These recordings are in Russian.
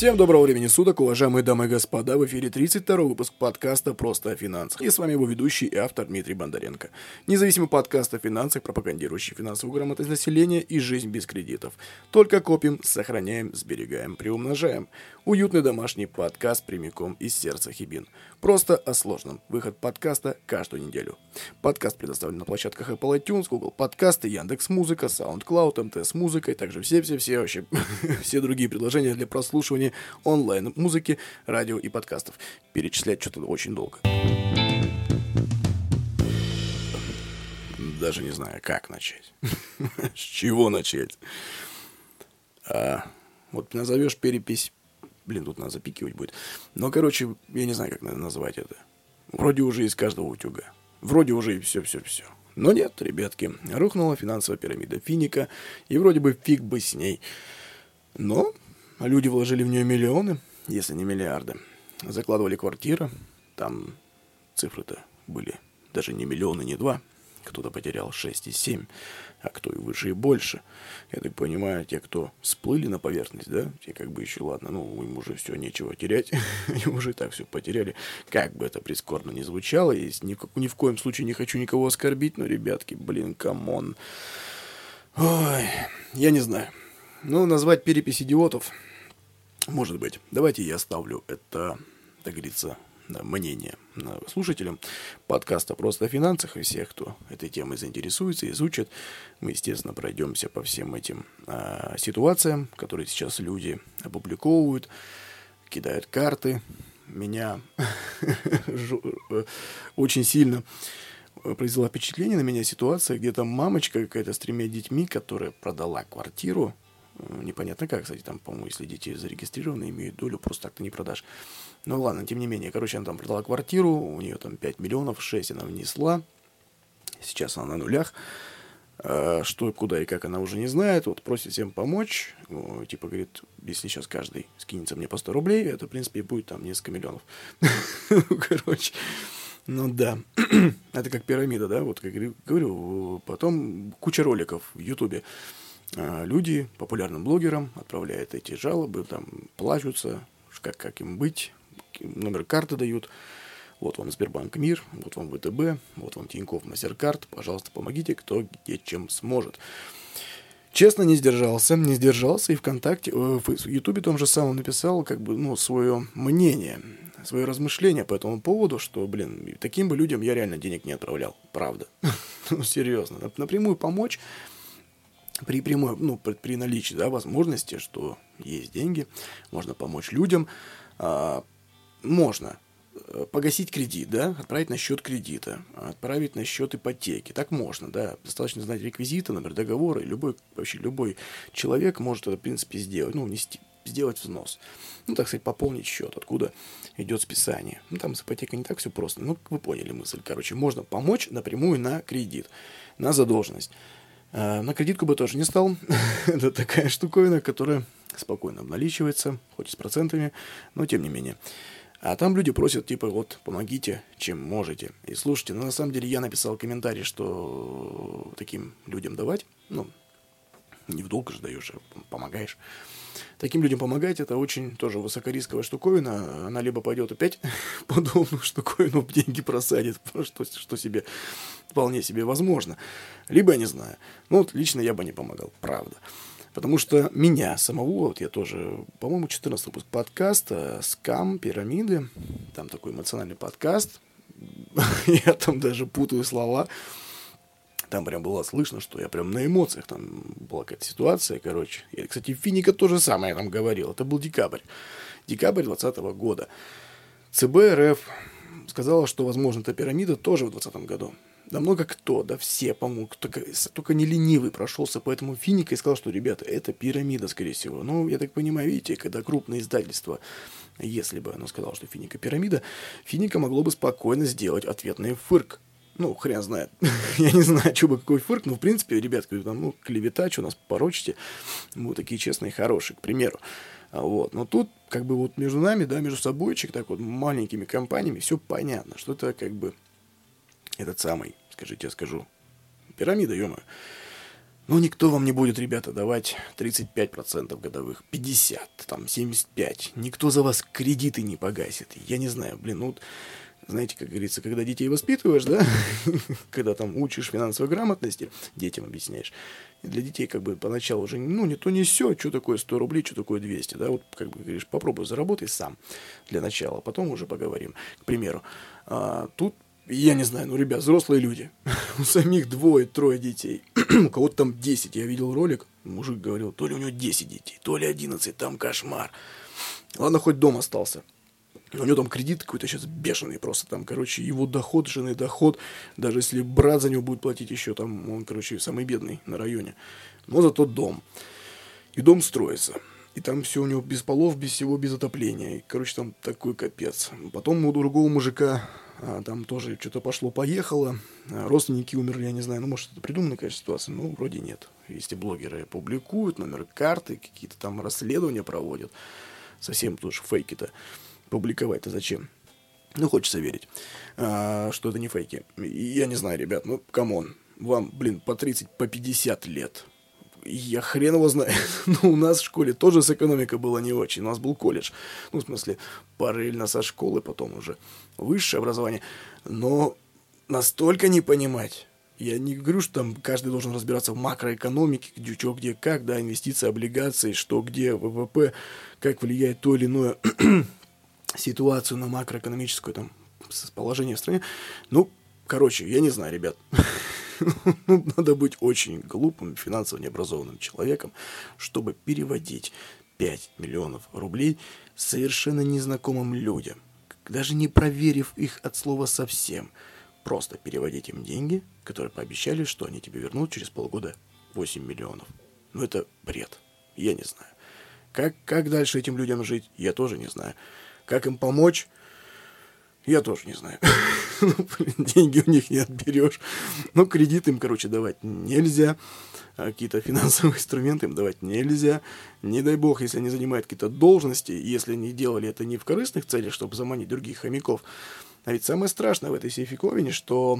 Всем доброго времени суток, уважаемые дамы и господа, в эфире 32-й выпуск подкаста «Просто о финансах». И с вами его ведущий и автор Дмитрий Бондаренко. Независимый подкаст о финансах, пропагандирующий финансовую грамотность населения и жизнь без кредитов. Только копим, сохраняем, сберегаем, приумножаем. Уютный домашний подкаст прямиком из сердца Хибин. Просто о сложном. Выход подкаста каждую неделю. Подкаст предоставлен на площадках Apple iTunes, Google Подкасты, Яндекс.Музыка, SoundCloud, МТС-музыка и также все вообще все другие предложения для прослушивания онлайн-музыки, радио и подкастов. Перечислять что-то очень долго. Даже не знаю, как начать. С чего начать? Вот назовешь перепись. Блин, тут надо запикивать будет. Но, короче, я не знаю, как надо назвать это. Вроде уже из каждого утюга. Вроде уже и все. Но нет, ребятки, рухнула финансовая пирамида Финика, и вроде бы фиг бы с ней. Но люди вложили в нее миллионы, если не миллиарды. Закладывали квартиры, там цифры-то были даже не миллионы, не два. Кто-то потерял 6 и 7, а кто и выше, и больше. Я так понимаю, те, кто всплыли на поверхность, да, те как бы еще, ладно, им уже все, нечего терять. Они уже и так все потеряли. Как бы это прискорбно ни звучало, и ни в коем случае не хочу никого оскорбить, но, ребятки, блин, камон. Ой, я не знаю. Назвать перепись идиотов, может быть. Давайте я оставлю это, так говорится, мнение слушателям подкаста «Просто о финансах» и всех, кто этой темой заинтересуется, изучит. Мы, естественно, пройдемся по всем этим ситуациям, которые сейчас люди опубликовывают, кидают карты. Меня очень сильно произвела впечатление на меня ситуация, где там мамочка какая-то с 3 детьми, которая продала квартиру. Непонятно как, кстати, там, по-моему, если дети зарегистрированы, имеют долю, просто так ты не продашь. Ну ладно, тем не менее, короче, она там продала квартиру, у нее там 5 миллионов, 6 она внесла, сейчас она на нулях, что, куда и как она уже не знает, вот просит всем помочь, типа говорит, если сейчас каждый скинется мне по 100 рублей, это, в принципе, будет там несколько миллионов. Короче, да, это как пирамида, да, вот как говорю, потом куча роликов в Ютубе. Люди популярным блогерам отправляют эти жалобы, там плачутся, как им быть, номер карты дают. Вот вам Сбербанк Мир, вот вам ВТБ, вот вам Тинькофф Мастеркард. Пожалуйста, помогите, кто где чем сможет. Честно, не сдержался и ВКонтакте, в Ютубе том же самом написал, свое мнение, свое размышление по этому поводу, что, таким бы людям я реально денег не отправлял, правда. Серьезно, напрямую помочь. При наличии, да, возможности, что есть деньги, можно помочь людям, можно погасить кредит, да, отправить на счет кредита, отправить на счет ипотеки, так можно, да, достаточно знать реквизиты, номер договора, и любой человек может это, в принципе, сделать, сделать взнос, так сказать, пополнить счет, откуда идет списание. Там с ипотекой не так все просто, вы поняли мысль, можно помочь напрямую на кредит, на задолженность. На кредитку бы тоже не стал. Это такая штуковина, которая спокойно обналичивается, хоть и с процентами, но тем не менее. А там люди просят, помогите, чем можете. И слушайте, на самом деле я написал комментарий, что таким людям давать, не в долг же даешь, а помогаешь. Таким людям помогать, это очень тоже высокорисковая штуковина. Она либо пойдет опять подобную штуковину, деньги просадит, что себе вполне себе возможно. Либо я не знаю. Лично я бы не помогал, правда. Потому что меня самого, я тоже, по-моему, 14 выпуск подкаста «Скам пирамиды». Там такой эмоциональный подкаст. Я там даже путаю слова. Там прям было слышно, что я прям на эмоциях. Там была какая-то ситуация, Я, кстати, Финика то же самое там говорил. Это был декабрь. Декабрь 2020 года. ЦБ РФ сказала, что, возможно, эта пирамида тоже в 2020 году. Да много кто, да все, по-моему, только не ленивый прошелся по этому Финика и сказал, что, ребята, это пирамида, скорее всего. Я так понимаю, видите, когда крупное издательство, если бы оно сказало, что Финика пирамида, Финика могло бы спокойно сделать ответный фырк. Хрен знает. Я не знаю, что бы какой фырк, в принципе, ребятки, клевета, что нас порочите. Мы такие честные и хорошие, к примеру. Но тут, между нами, да, между собойчик, маленькими компаниями, все понятно, что это этот самый, я скажу, пирамида, ё-моё. Но никто вам не будет, ребята, давать 35% годовых, 50, там, 75. Никто за вас кредиты не погасит. Я не знаю, блин, ну, знаете, как говорится, когда детей воспитываешь, да, когда там учишь финансовой грамотности, детям объясняешь, и для детей как бы поначалу уже, ну, не то не сё, что такое 100 рублей, что такое 200, да, вот как бы говоришь, попробуй заработай сам для начала, потом уже поговорим, к примеру. Тут я не знаю, ну, ребят, взрослые люди. У самих 2-3 детей. У кого-то там 10. Я видел ролик, мужик говорил, то ли у него 10 детей, то ли 11, там кошмар. Ладно, хоть дом остался. У него там кредит какой-то сейчас бешеный просто. Там, короче, его доход, жены доход. Даже если брат за него будет платить еще, там, он, короче, самый бедный на районе. Но зато дом. И дом строится. И там все у него без полов, без всего, без отопления. И, короче, там такой капец. Потом у другого мужика там тоже что-то пошло-поехало. Родственники умерли, я не знаю. Ну, может, это придуманная, конечно, ситуация. Но вроде нет. Если блогеры публикуют номер карты, какие-то там расследования проводят. Совсем тоже фейки-то публиковать-то зачем? Ну, хочется верить, что это не фейки. Я не знаю, ребят, ну, камон. Вам, блин, по 30, по 50 лет. Я хрен его знает. Ну, у нас в школе тоже с экономикой было не очень. У нас был колледж. Ну, в смысле, параллельно со школы, потом уже высшее образование. Но настолько не понимать. Я не говорю, что там каждый должен разбираться в макроэкономике, где что, где как, да, инвестиции, облигации, что, где, ВВП, как влияет то или иное ситуацию на макроэкономическое там положение в стране. Ну, короче, я не знаю, ребят. Надо быть очень глупым, финансово необразованным человеком, чтобы переводить 5 миллионов рублей совершенно незнакомым людям, даже не проверив их от слова совсем. Просто переводить им деньги, которые пообещали, что они тебе вернут через полгода 8 миллионов. Ну, это бред. Я не знаю. Как дальше этим людям жить, я тоже не знаю. Как им помочь, я тоже не знаю. Деньги у них не отберешь. Но кредит им, короче, давать нельзя. Какие-то финансовые инструменты им давать нельзя. Не дай бог, если они занимают какие-то должности, если они делали это не в корыстных целях, чтобы заманить других хомяков. А ведь самое страшное в этой всей фиговине, что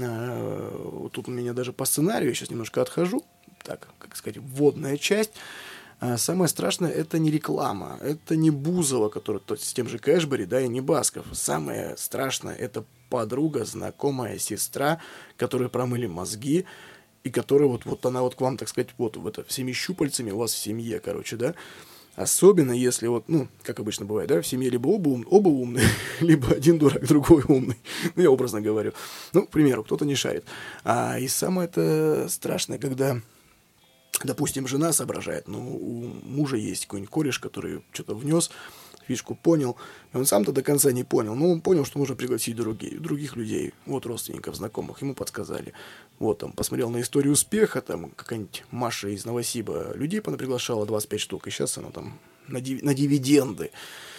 тут у меня даже по сценарию, я сейчас немножко отхожу, так, как сказать, вводная часть. Самое страшное — это не реклама, это не Бузова, который с тем же Кэшбери, да, и не Басков. Самое страшное — это подруга, знакомая, сестра, которой промыли мозги, и которая вот она вот к вам, так сказать, вот в это, всеми щупальцами у вас в семье, короче, да. Особенно если вот, ну, как обычно бывает, да, в семье либо оба умные, либо один дурак, другой умный. Ну, я образно говорю. Ну, к примеру, кто-то не шарит. И самое это страшное, когда, допустим, жена соображает, ну, у мужа есть какой-нибудь кореш, который что-то внес, фишку понял, и он сам-то до конца не понял, но он понял, что нужно пригласить других людей, вот родственников, знакомых, ему подсказали. Вот там, посмотрел на историю успеха, там какая-нибудь Маша из Новосиба людей приглашала 25 штук, и сейчас она там на дивиденды.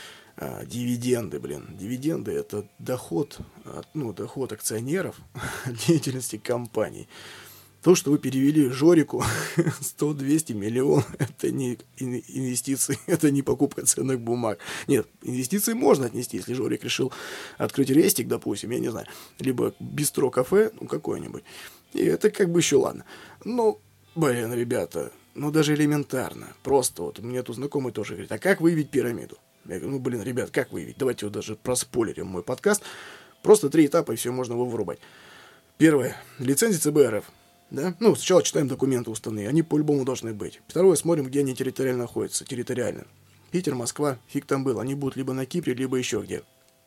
Дивиденды, блин. Дивиденды — это доход, доход акционеров от деятельности компаний. То, что вы перевели Жорику 100-200 миллионов, это не инвестиции, это не покупка ценных бумаг. Нет, инвестиции можно отнести, если Жорик решил открыть рестик, допустим, я не знаю, либо бистро-кафе, ну, какое-нибудь. И это как бы еще ладно. Ну, блин, ребята, ну, даже элементарно. Просто вот у меня тут знакомый тоже говорит, а как выявить пирамиду? Я говорю, ну, блин, ребят, как выявить? Давайте вот даже проспойлерим мой подкаст. Просто 3 этапа, и все, можно его вырубать. Первое. Лицензия ЦБ РФ. Да? Ну, сначала читаем документы уставные, они по-любому должны быть. Второе, смотрим, где они территориально находятся, территориально. Питер, Москва, фиг там был, они будут либо на Кипре, либо еще где.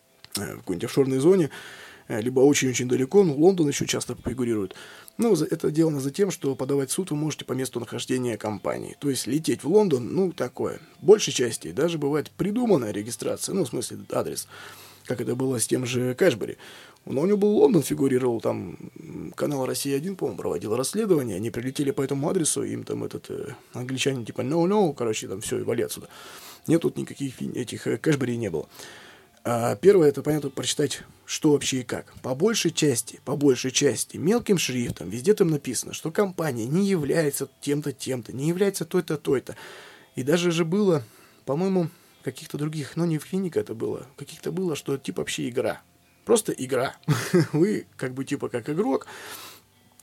В какой-нибудь офшорной зоне, либо очень-очень далеко, ну, Лондон еще часто фигурирует. Ну, это делано за тем, что подавать в суд вы можете по месту нахождения компании. То есть лететь в Лондон, ну, такое. В большей части даже бывает придуманная регистрация, ну, в смысле адрес, как это было с тем же Кэшбери. Но у него был Лондон, фигурировал, там канал «Россия-1», по-моему, проводил расследование, они прилетели по этому адресу, им там англичане типа «no», короче, там все, и вали отсюда. Нет, тут никаких этих Кэшбери не было. Первое, это, понятно, прочитать, что вообще и как. По большей части, мелким шрифтом, везде там написано, что компания не является тем-то, тем-то, не является той-то, той-то. И даже же было, по-моему, каких-то других, но не в клинике это было, каких-то было, что типа вообще игра. Просто игра. Вы как бы типа как игрок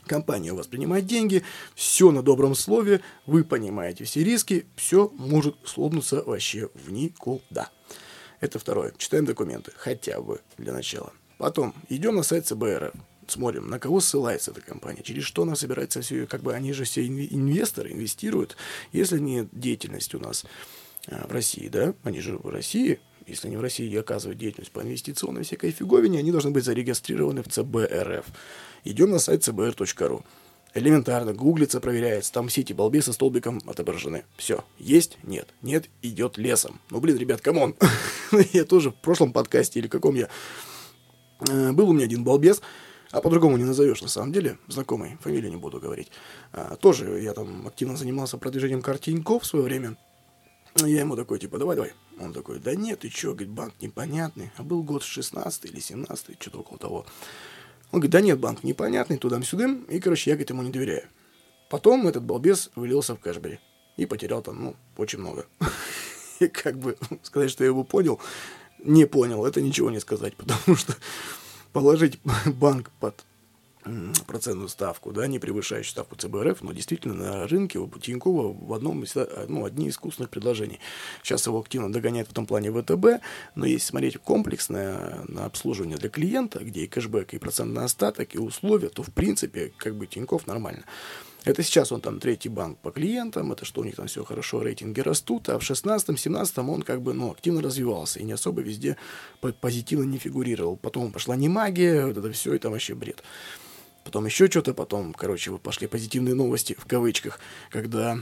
Компания у вас принимает деньги, все на добром слове, вы понимаете все риски, все может сломнуться вообще в никуда. Это второе. Читаем документы, хотя бы для начала. Потом идем на сайт ЦБРФ, смотрим, на кого ссылается эта компания, через что она собирается все, как бы они же все инвесторы, инвестируют. Если нет деятельности у нас в России, да, они же в России, если они в России оказывают деятельность по инвестиционной всякой фиговине, они должны быть зарегистрированы в ЦБРФ. Идем на сайт cbr.ru. Элементарно, гуглится, проверяется, там все эти балбесы столбиком отображены. Все, есть? Нет. Нет, идет лесом. Ну, блин, ребят, камон. Я тоже в прошлом подкасте, или каком я... Был у меня один балбес, а по-другому не назовешь, на самом деле, знакомый, фамилию не буду говорить. Тоже я там активно занимался продвижением карт Тинькофф в свое время. Я ему такой, типа, давай. Он такой, да нет, ты чё, говорит, банк непонятный. А был год 16 или 17, что-то около того. Он говорит, да нет, банк непонятный, туда-сюда. И, короче, я, говорит, ему не доверяю. Потом этот балбес вылился в кэшбэри. И потерял там, ну, очень много. И как бы сказать, что я его понял, не понял, это ничего не сказать. Потому что положить банк под процентную ставку, да, не превышающую ставку ЦБРФ, но действительно на рынке у Тинькова в одном, ну, одни из вкусных предложений. Сейчас его активно догоняет в том плане ВТБ, но если смотреть комплексное на обслуживание для клиента, где и кэшбэк, и процентный остаток, и условия, то в принципе как бы Тинькофф нормально. Это сейчас он там третий банк по клиентам, это что у них там все хорошо, рейтинги растут, а в 16-17 он как бы, ну, активно развивался и не особо везде позитивно не фигурировал. Потом пошла немагия, вот это все, это вообще бред. Потом еще что-то, потом, короче, пошли позитивные новости, в кавычках, когда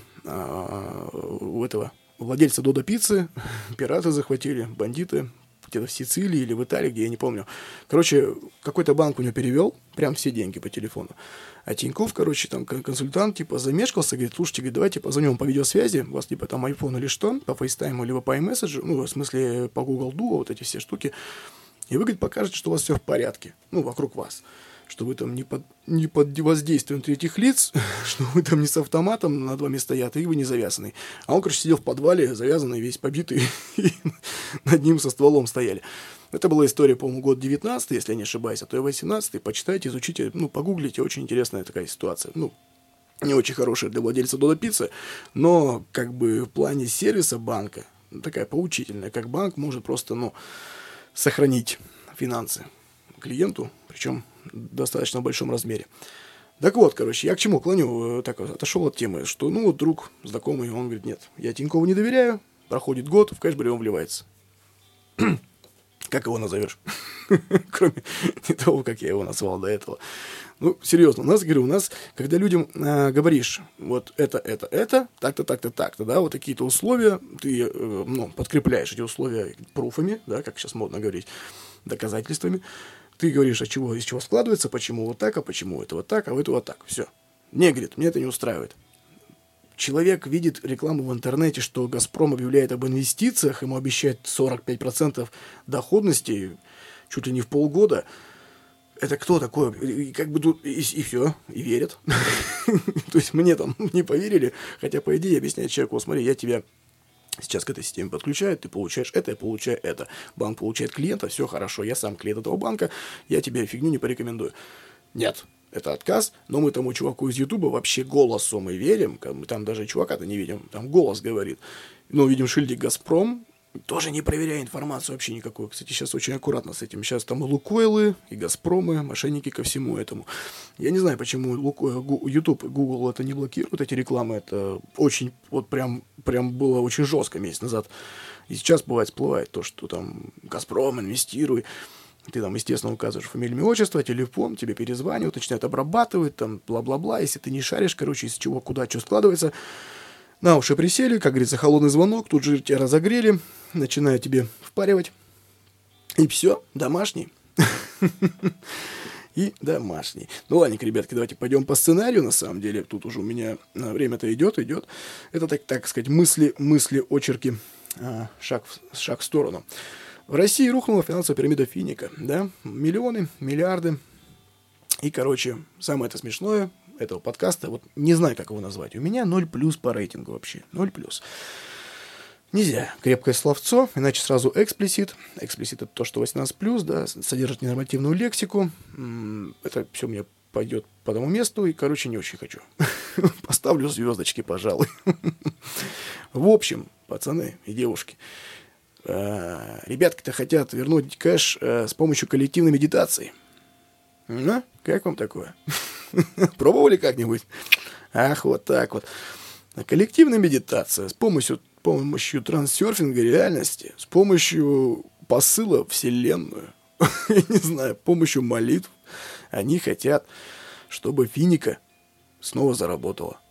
у этого владельца Додо Пиццы пираты захватили, бандиты, где-то в Сицилии или в Италии, где я не помню. Короче, какой-то банк у него перевел прям все деньги по телефону. А Тинькофф, короче, там консультант, типа, замешкался, говорит, слушайте, говорит, давайте позвоним по видеосвязи, у вас, типа, там iPhone или что, по FaceTime, либо по iMessage, ну, в смысле, по Google Duo, вот эти все штуки, и вы, говорит, покажете, что у вас все в порядке, ну, вокруг вас. Что вы там не под воздействием третьих лиц, что вы там не с автоматом над вами стоят, и вы не завязанный. А он, короче, сидел в подвале, завязанный, весь побитый, и над ним со стволом стояли. Это была история, по-моему, год 19, если я не ошибаюсь, а то и 18. Почитайте, изучите, ну, погуглите, очень интересная такая ситуация. Ну, не очень хорошая для владельца Додо Пиццы, но, как бы, в плане сервиса банка, такая поучительная, как банк может просто, ну, сохранить финансы клиенту, причем в достаточно большом размере. Так вот, короче, я к чему клоню, так отошел от темы, что, ну, вот друг, знакомый, он говорит, нет, я Тинькову не доверяю, проходит год, в кэшбэре он вливается. Как его назовешь? Кроме того, как я его назвал до этого. Ну, серьезно, у нас, когда людям говоришь, вот это, так-то, так-то, так-то, да, вот такие-то условия, ты, ну, подкрепляешь эти условия пруфами, да, как сейчас модно говорить, доказательствами, ты говоришь, из чего складывается, почему вот так, а почему это вот так, а это вот так, все. Не, говорит, мне это не устраивает. Человек видит рекламу в интернете, что «Газпром» объявляет об инвестициях, ему обещают 45% доходности чуть ли не в полгода. Это кто такой? И как бы тут и все, и верят. То есть мне там не поверили, хотя, по идее, объясняет человеку, смотри, я тебя сейчас к этой системе подключаю, ты получаешь это, я получаю это. Банк получает клиента, все хорошо, я сам клиент этого банка, я тебе фигню не порекомендую. Нет. Это отказ, но мы тому чуваку из Ютуба вообще голосу мы верим, мы там даже чувака-то не видим, там голос говорит. Ну, видим шильдик «Газпром», тоже не проверяя информацию вообще никакую. Кстати, сейчас очень аккуратно с этим. Сейчас там и Лукойлы, и Газпромы, мошенники ко всему этому. Я не знаю, почему YouTube и Google это не блокируют, эти рекламы. Это очень, вот прям было очень жестко месяц назад. И сейчас бывает всплывает то, что там «Газпром, инвестируй». Ты там, естественно, указываешь фамилию, имя, отчество, телефон, тебе перезванивают, начинают обрабатывать, там, бла-бла-бла. Если ты не шаришь, короче, из чего, куда, что складывается. На уши присели, как говорится, холодный звонок, тут же тебя разогрели, начинают тебе впаривать. И все, домашний. И домашний. Ну, ладненько, ребятки, давайте пойдем по сценарию, на самом деле. Тут уже у меня время-то идет. Это, так сказать, мысли, очерки, шаг в сторону. В России рухнула финансовая пирамида Финика, да, миллионы, миллиарды. И, короче, самое это смешное этого подкаста, вот не знаю, как его назвать, у меня 0+ по рейтингу вообще, 0+. Нельзя, крепкое словцо, иначе сразу эксплисит. Эксплисит — это то, что 18+, да, содержит ненормативную лексику. Это все мне пойдет по тому месту, и, короче, не очень хочу. Поставлю звездочки, пожалуй. В общем, пацаны и девушки, ребятки-то хотят вернуть кэш с помощью коллективной медитации. Ну, как вам такое? Пробовали как-нибудь? Ах, вот так вот. Коллективная медитация с помощью трансерфинга реальности, с помощью посыла в Вселенную, я не знаю, с помощью молитв. Они хотят, чтобы Финика снова заработала.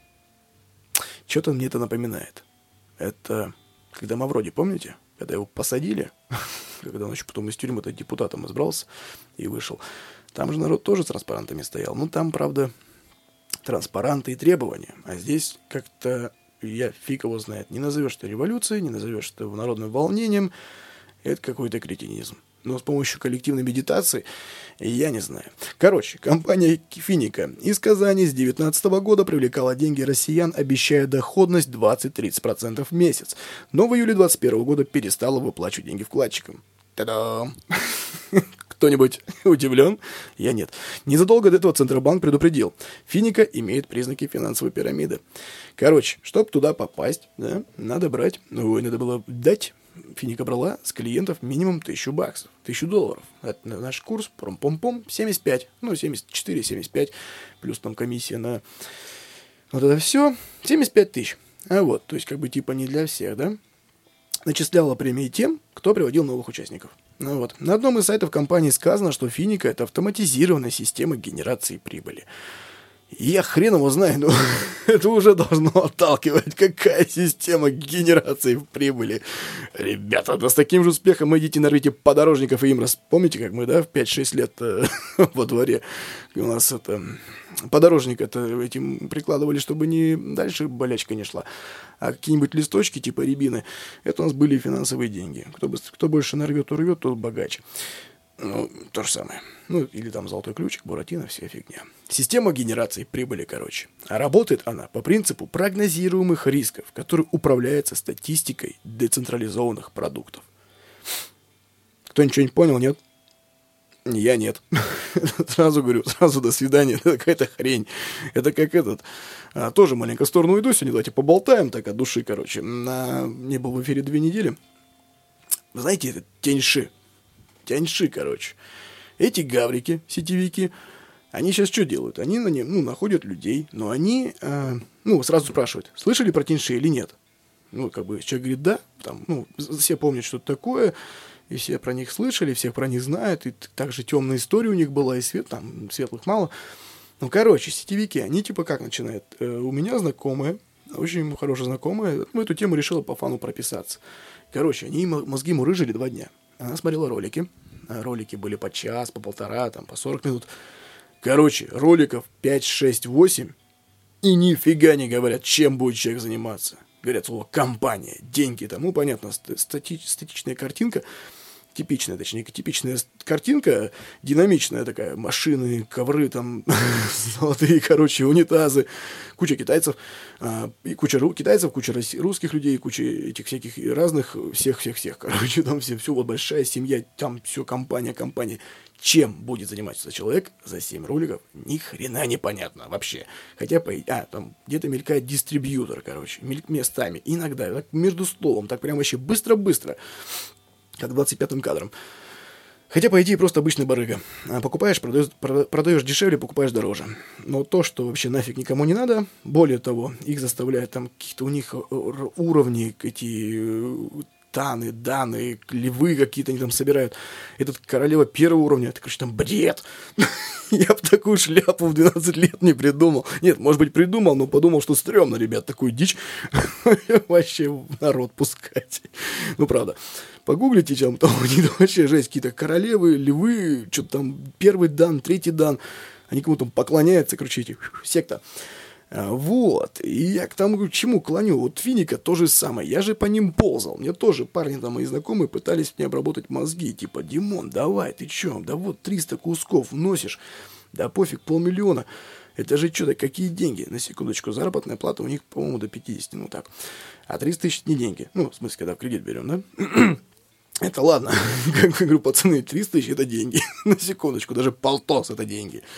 Что-то мне это напоминает. Это когда Мавроди, помните? Когда его посадили, когда он еще потом из тюрьмы депутатом избрался и вышел. Там же народ тоже с транспарантами стоял. Ну, там, правда, транспаранты и требования. А здесь как-то, фиг его знает, не назовешь это революцией, не назовешь это народным волнением. Это какой-то кретинизм. Но с помощью коллективной медитации я не знаю. Короче, компания Финика из Казани с 2019 года привлекала деньги россиян, обещая доходность 20-30% в месяц. Но в июле 2021 года перестала выплачивать деньги вкладчикам. Та-дам! Кто-нибудь удивлен? Я нет. Незадолго до этого Центробанк предупредил. Финика имеет признаки финансовой пирамиды. Короче, чтобы туда попасть, да, надо брать, надо было дать. Финика брала с клиентов минимум $1000, $1000. Это наш курс, пом-пом-пом, 75, 74, 75, плюс там комиссия на вот это все, 75 тысяч. А вот, то есть как бы типа не для всех, да? Начисляла премии тем, кто приводил новых участников. Ну вот. На одном из сайтов компании сказано, что Финика — это автоматизированная система генерации прибыли. Я хрен его знаю, но это уже должно отталкивать. Какая система генерации прибыли? Ребята, да с таким же успехом идите нарвите подорожников и им помните, как мы, да, в 5-6 лет во дворе у нас это подорожник это этим прикладывали, чтобы не дальше болячка не шла. А какие-нибудь листочки типа рябины, это у нас были финансовые деньги. Кто больше нарвет, урвет, тот богаче. Ну, то же самое. Ну, или там золотой ключик, Буратино, вся фигня. Система генерации прибыли, короче. А работает она по принципу прогнозируемых рисков, который управляется статистикой децентрализованных продуктов. Кто ничего не понял, нет? Я нет. Сразу говорю, сразу до свидания. Это какая-то хрень. Это как тоже маленько в сторону уйду сегодня. Давайте поболтаем так от души, короче. Не был в эфире 2 недели. Вы знаете, это Тяньши, короче. Эти гаврики, сетевики, они сейчас что делают? Они находят людей, но они, сразу спрашивают, слышали про Тяньши или нет? Как бы человек говорит, да, там, все помнят, что это такое, и все про них слышали, всех про них знают, и также темная история у них была, и там светлых мало. Короче, сетевики, они типа как начинают? У меня знакомая, очень хорошая знакомая, эту тему решила по фану прописаться. Короче, они мозги мурыжили 2 дня. Она смотрела ролики. Ролики были по час, по полтора, там, по 40 минут. Короче, роликов 5, 6, 8. И нифига не говорят, чем будет человек заниматься. Говорят слово «компания», «деньги». Там, понятно, статичная картинка. Типичная картинка, динамичная такая. Машины, ковры, там, золотые, унитазы. Куча китайцев, куча русских людей, куча этих всяких разных, всех. Короче, там все вот большая семья, там все компания. Чем будет заниматься человек за 7 роликов, ни хрена непонятно вообще. Хотя, там где-то мелькает дистрибьютор, короче, местами. Иногда, так, между словом, так прям вообще быстро-быстро. Как 25-м кадром. Хотя, по идее, просто обычный барыга. Покупаешь, продаешь дешевле, покупаешь дороже. Но то, что вообще нафиг никому не надо, более того, их заставляют там какие-то у них уровни, эти даны, львы какие-то они там собирают. Этот королева 1-го уровня, это, короче, там бред. Я бы такую шляпу в 12 лет не придумал. Нет, может быть, придумал, но подумал, что стрёмно, ребят, такую дичь вообще в народ пускать. Правда. Погуглите, чем там вообще жесть, какие-то королевы, львы, что-то там 1-й дан, 3-й дан. Они кому-то поклоняются, короче, секта. Вот, и я к тому, к чему клоню. Вот Финика то же самое, я же по ним ползал. Мне тоже парни там мои знакомые пытались мне обработать мозги. Типа, Димон, давай, ты чё? Да вот 300 кусков вносишь. Да пофиг, 500 000. Это же что-то, какие деньги? На секундочку, заработная плата у них, по-моему, до 50, так. А 300 000 не деньги. В смысле, когда в кредит берем, да? Это ладно. Как говорю, пацаны, 300 000 это деньги. На секундочку, даже полтос это деньги.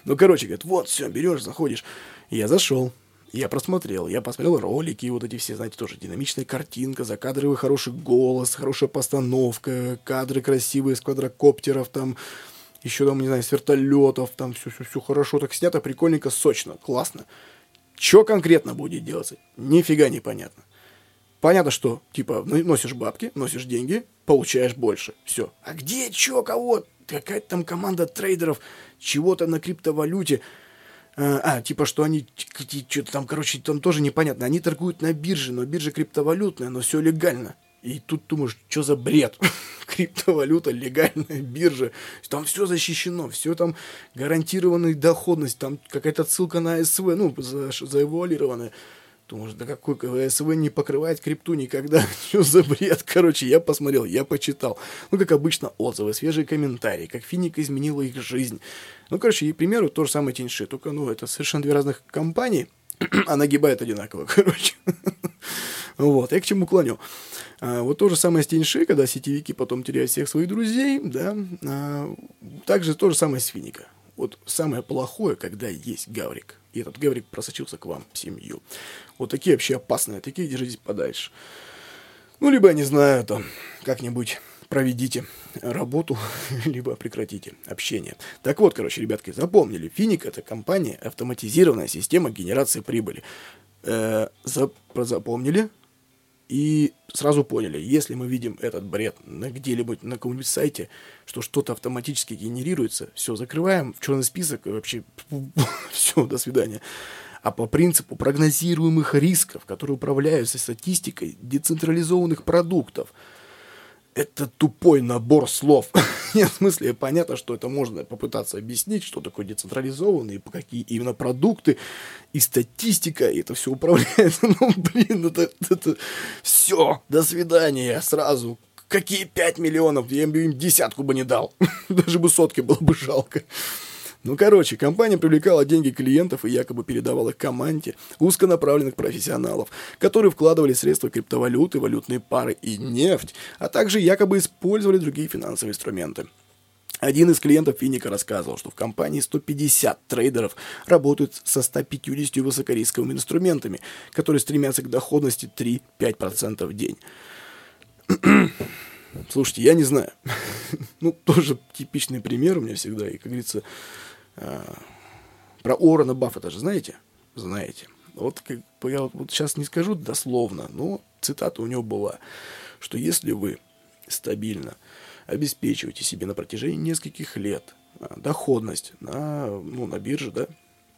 Ну, короче, говорит, вот, все, берешь, заходишь. Я зашел. Я посмотрел ролики, вот эти все, знаете, тоже динамичная картинка, закадровый хороший голос, хорошая постановка, кадры красивые с квадрокоптеров, там, еще там, не знаю, с вертолетов, там все хорошо так снято, прикольненько, сочно, классно. Что конкретно будет делаться? Нифига не понятно. Понятно, что, типа, носишь бабки, носишь деньги, получаешь больше. Все. А где, что, кого? Какая-то там команда трейдеров, чего-то на криптовалюте. Типа, что они, что-то там, короче, там тоже непонятно. Они торгуют на бирже, но биржа криптовалютная, но все легально. И тут думаешь, что за бред? Криптовалюта, легальная биржа. Там все защищено, все там гарантированная доходность, там какая-то ссылка на СВ, ну, заэвуалированная. Думаешь, да какой СВ не покрывает крипту никогда? Что за бред? Короче, я посмотрел, я почитал. Ну, как обычно, отзывы, свежие комментарии, как Финика изменила их жизнь. Ну, короче, и, к примеру, то же самое Тиньши. Только, это совершенно две разных компании, а нагибают одинаково, короче. Вот, я к чему клоню. Вот то же самое с Тиньши, когда сетевики потом теряют всех своих друзей, да. Также то же самое с Финика. Вот самое плохое, когда есть гаврик. И этот гаврик просочился к вам в семью. Вот такие вообще опасные, такие держитесь подальше. Ну, либо, я не знаю, там, как-нибудь проведите работу, либо прекратите общение. Так вот, короче, ребятки, запомнили. Финик — это компания, автоматизированная система генерации прибыли. Запомнили? И сразу поняли, если мы видим этот бред где-либо на каком-нибудь сайте, что что-то автоматически генерируется, все, закрываем в черный список и вообще все, до свидания. А по принципу прогнозируемых рисков, которые управляются статистикой децентрализованных продуктов, это тупой набор слов. Нет, в смысле, понятно, что это можно попытаться объяснить, что такое децентрализованные, какие именно продукты, и статистика, и это все управляется. Ну, блин, это все, до свидания, сразу. Какие 5 миллионов? Я им 10 бы не дал. Даже бы 100 было бы жалко. Ну, короче, компания привлекала деньги клиентов и якобы передавала их команде узконаправленных профессионалов, которые вкладывали средства криптовалюты, валютные пары и нефть, а также якобы использовали другие финансовые инструменты. Один из клиентов Финика рассказывал, что в компании 150 трейдеров работают со 150 высокорисковыми инструментами, которые стремятся к доходности 3-5% в день. Слушайте, я не знаю. Ну, тоже типичный пример у меня всегда. И, как говорится, про Уоррена Баффета же знаете? Знаете. Вот я вот сейчас не скажу дословно, но цитата у него была, что если вы стабильно обеспечиваете себе на протяжении нескольких лет доходность на бирже, да,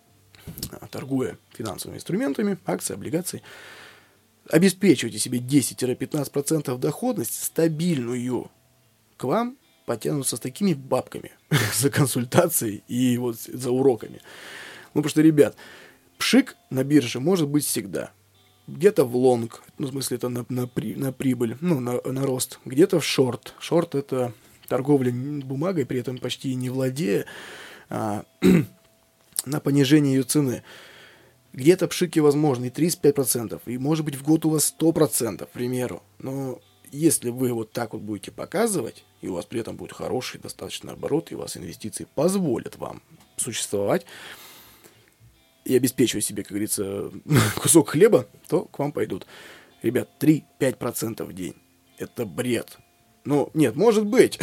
торгуя финансовыми инструментами, акции, облигации, обеспечивайте себе 10-15% доходность стабильную, к вам потянутся с такими бабками за консультацией и вот за уроками. Ну, потому что, ребят, пшик на бирже может быть всегда. Где-то в лонг, ну, в смысле, это на прибыль, ну, на рост. Где-то в шорт. Шорт — это торговля бумагой, при этом почти не владея, на понижение ее цены. Где-то пшики возможны и 35%, и может быть в год у вас 100%, к примеру. Но если вы вот так вот будете показывать, и у вас при этом будет хороший достаточно оборот, и у вас инвестиции позволят вам существовать и обеспечивать себе, как говорится, кусок хлеба, то к вам пойдут. Ребят, 3-5% в день. Это бред. Ну, нет, может быть.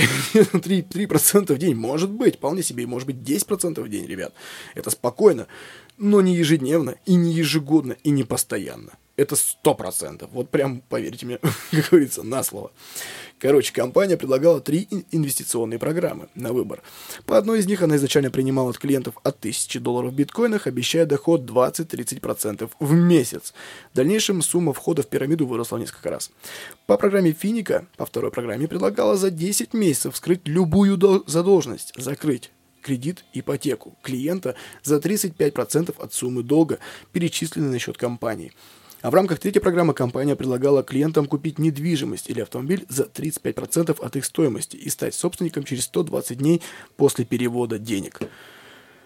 3% в день может быть. Вполне себе. И может быть 10% в день, ребят. Это спокойно. Но не ежедневно, и не ежегодно, и не постоянно. Это 100%. Вот прям, поверьте мне, как говорится, на слово. Короче, компания предлагала 3 инвестиционные программы на выбор. По одной из них она изначально принимала от клиентов от $1000 в биткоинах, обещая доход 20-30% в месяц. В дальнейшем сумма входа в пирамиду выросла несколько раз. По программе Финика, по второй программе, предлагала за 10 месяцев скрыть любую задолженность, закрыть кредит, ипотеку клиента за 35% от суммы долга, перечисленной на счет компании. А в рамках третьей программы компания предлагала клиентам купить недвижимость или автомобиль за 35% от их стоимости и стать собственником через 120 дней после перевода денег.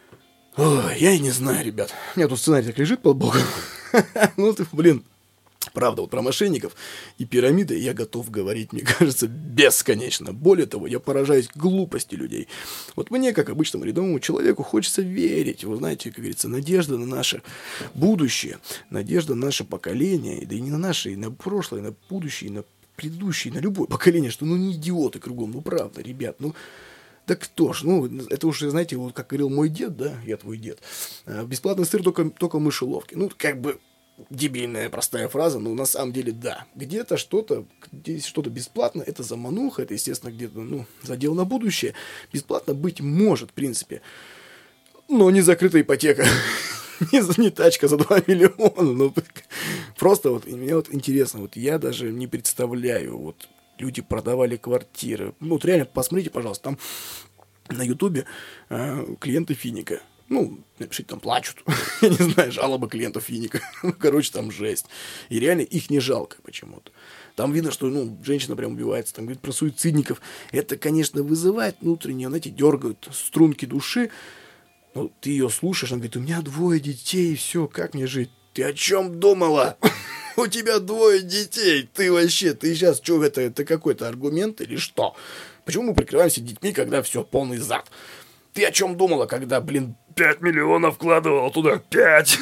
Ой, я и не знаю, ребят. У меня тут сценарий так лежит под боком. Ну, блин, Правда, вот про мошенников и пирамиды я готов говорить, мне кажется, бесконечно. Более того, я поражаюсь глупости людей. Вот мне, как обычному рядовому человеку, хочется верить. Вы знаете, как говорится, надежда на наше будущее, надежда на наше поколение, да и не на наше, и на прошлое, и на будущее, и на предыдущее, и на любое поколение, что не идиоты кругом, правда, ребят, да кто ж, это уж, знаете, вот как говорил мой дед, да, я твой дед, бесплатный сыр только в мышеловке. Как бы дебильная простая фраза, но на самом деле да. Где-то что-то бесплатно, это замануха, это, естественно, где-то, задел на будущее. Бесплатно быть может, в принципе, но не закрытая ипотека, не тачка за 2 миллиона. Просто вот мне вот интересно, вот я даже не представляю, вот люди продавали квартиры. Реально, посмотрите, пожалуйста, там на Ютубе клиенты Финика. Напишите, там плачут. Я не знаю, жалобы клиентов Финика. Там жесть. И реально их не жалко почему-то. Там видно, что, женщина прям убивается. Там говорит про суицидников. Это, конечно, вызывает внутреннее, знаете, дергают струнки души. Ты ее слушаешь, она говорит, у меня 2 детей, все, как мне жить? Ты о чем думала? У тебя 2 детей. Ты сейчас что, это какой-то аргумент или что? Почему мы прикрываемся детьми, когда все, полный зад? Ты о чем думала, когда, 5 миллионов вкладывал туда? 5!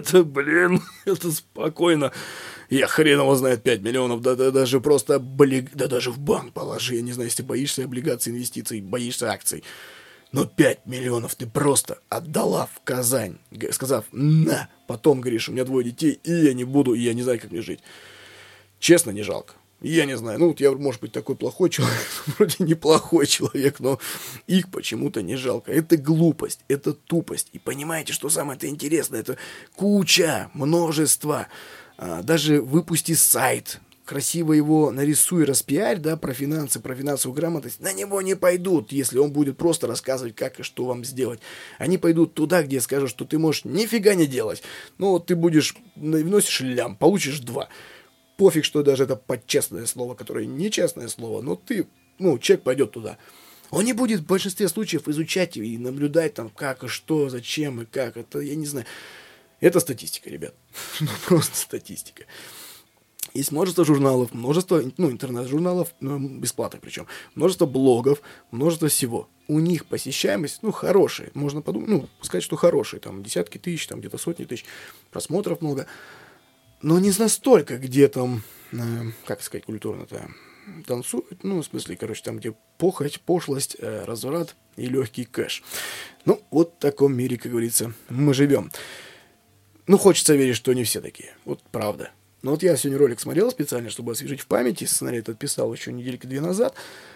Это спокойно. Я хрен его знает, 5 миллионов, да даже просто, даже в банк положи. Я не знаю, если боишься облигаций, инвестиций, боишься акций. Но 5 миллионов ты просто отдала в Казань, сказав, на, потом говоришь, у меня 2 детей, и я не буду, и я не знаю, как мне жить. Честно, не жалко. Я не знаю, я, может быть, такой плохой человек, вроде неплохой человек, но их почему-то не жалко. Это глупость, это тупость. И понимаете, что самое-то интересное? Это куча, множество. Даже выпусти сайт, красиво его нарисуй, распиарь, да, про финансы, про финансовую грамотность, на него не пойдут, если он будет просто рассказывать, как и что вам сделать. Они пойдут туда, где скажут, что ты можешь нифига не делать. Ты вносишь лям, получишь 2. Пофиг, что даже это подчестное слово, которое нечестное слово, но человек пойдет туда. Он не будет в большинстве случаев изучать и наблюдать там, как и что, зачем и как. Это, я не знаю. Это статистика, ребят. Просто статистика. Есть множество журналов, множество, интернет-журналов, бесплатных причем, множество блогов, множество всего. У них посещаемость, хорошая. Можно подумать, сказать, что хорошая. Там десятки тысяч, там где-то сотни тысяч просмотров много. Но не настолько, где там, как сказать, культурно-то танцуют. В смысле, там, где похоть, пошлость, разврат и легкий кэш. Вот в таком мире, как говорится, мы живем. Хочется верить, что не все такие. Вот правда. Но я сегодня ролик смотрел специально, чтобы освежить в памяти. Сценарий этот писал еще недельки 2 назад.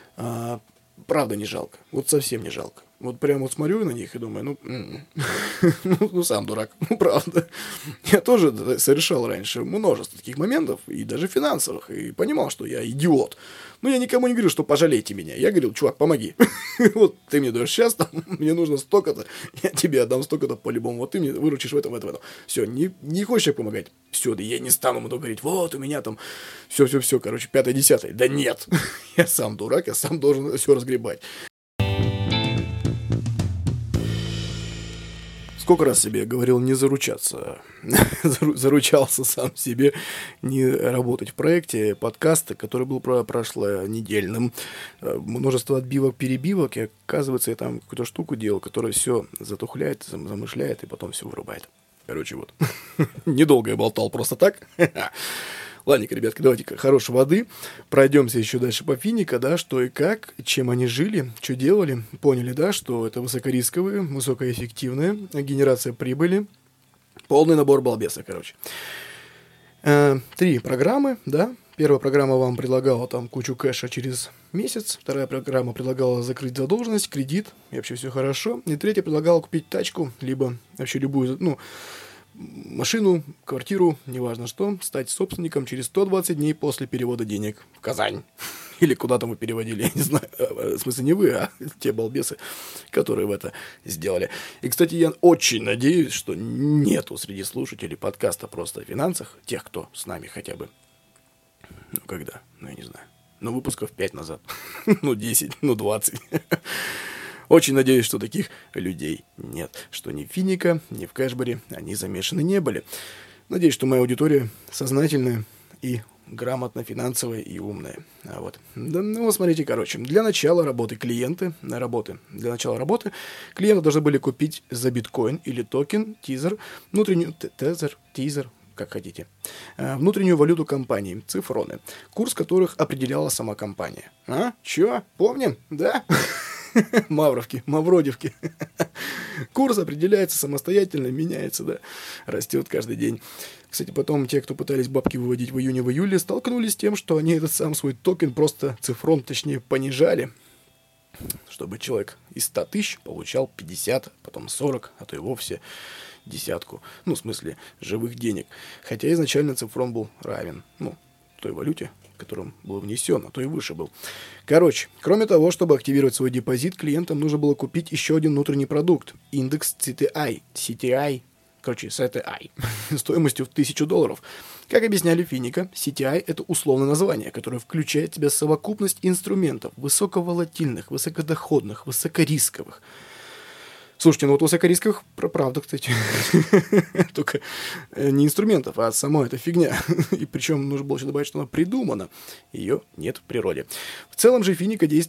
Правда не жалко. Совсем не жалко. Прям смотрю на них и думаю, сам дурак. Правда. Я тоже совершал раньше множество таких моментов, и даже финансовых, и понимал, что я идиот. Но я никому не говорю, что пожалейте меня. Я говорил, чувак, помоги. Ты мне даешь сейчас, мне нужно столько-то, я тебе отдам столько-то по-любому. Ты мне выручишь в этом. Все, не хочешь помогать? Все, да я не стану много говорить, у меня там все, 5-10. Да нет, я сам дурак, я сам должен все разгребать. Сколько раз себе говорил не заручаться, заручался сам себе не работать в проекте подкаста, который был прошлонедельным. Множество отбивок-перебивок, и оказывается, я там какую-то штуку делал, которая все затухляет, замышляет и потом все вырубает. Недолго я болтал просто так. Ладненько, ребятки, давайте хорошей воды. Пройдемся еще дальше по Финика, да, что и как, чем они жили, что делали. Поняли, да, что это высокорисковые, высокоэффективная генерация прибыли. Полный набор балбеса, 3 программы, да. Первая программа вам предлагала там кучу кэша через месяц. Вторая программа предлагала закрыть задолженность, кредит, и вообще все хорошо. И третья предлагала купить тачку, либо вообще любую, машину, квартиру, неважно что, стать собственником через 120 дней после перевода денег в Казань. Или куда там вы переводили, я не знаю. В смысле, не вы, а те балбесы, которые в это сделали. И, кстати, я очень надеюсь, что нету среди слушателей подкаста просто о финансах, тех, кто с нами хотя бы, когда, я не знаю, выпусков 5 назад, 10, 20. Очень надеюсь, что таких людей нет, что ни в Финика, ни в Кэшбэре они замешаны не были. Надеюсь, что моя аудитория сознательная, и грамотно финансовая и умная. Вот. Да, ну, смотрите, короче, для начала работы клиенты должны были купить за биткоин или токен, тизер, тизер, как хотите, внутреннюю валюту компании, цифроны, курс которых определяла сама компания. Чё? Помним? Да? Мавродивки. Курс определяется самостоятельно, меняется, да, растет каждый день. Кстати, потом те, кто пытались бабки выводить в июне, в июле, столкнулись с тем, что они этот сам свой токен просто цифрон, точнее, понижали, чтобы человек из 100 тысяч получал 50, потом 40, а то и вовсе десятку. Ну, в смысле, живых денег. Хотя изначально цифрон был равен, той валюте, которым был внесен, а то и выше был. Короче, кроме того, чтобы активировать свой депозит, клиентам нужно было купить еще один внутренний продукт. Индекс CTI, стоимостью в $1000. Как объясняли Финика, CTI – это условное название, которое включает в себя совокупность инструментов высоковолатильных, высокодоходных, высокорисковых. Слушайте, вот высокорисковых, правда, кстати, только не инструментов, а сама эта фигня. И причем нужно было еще добавить, что она придумана. Ее нет в природе. В целом же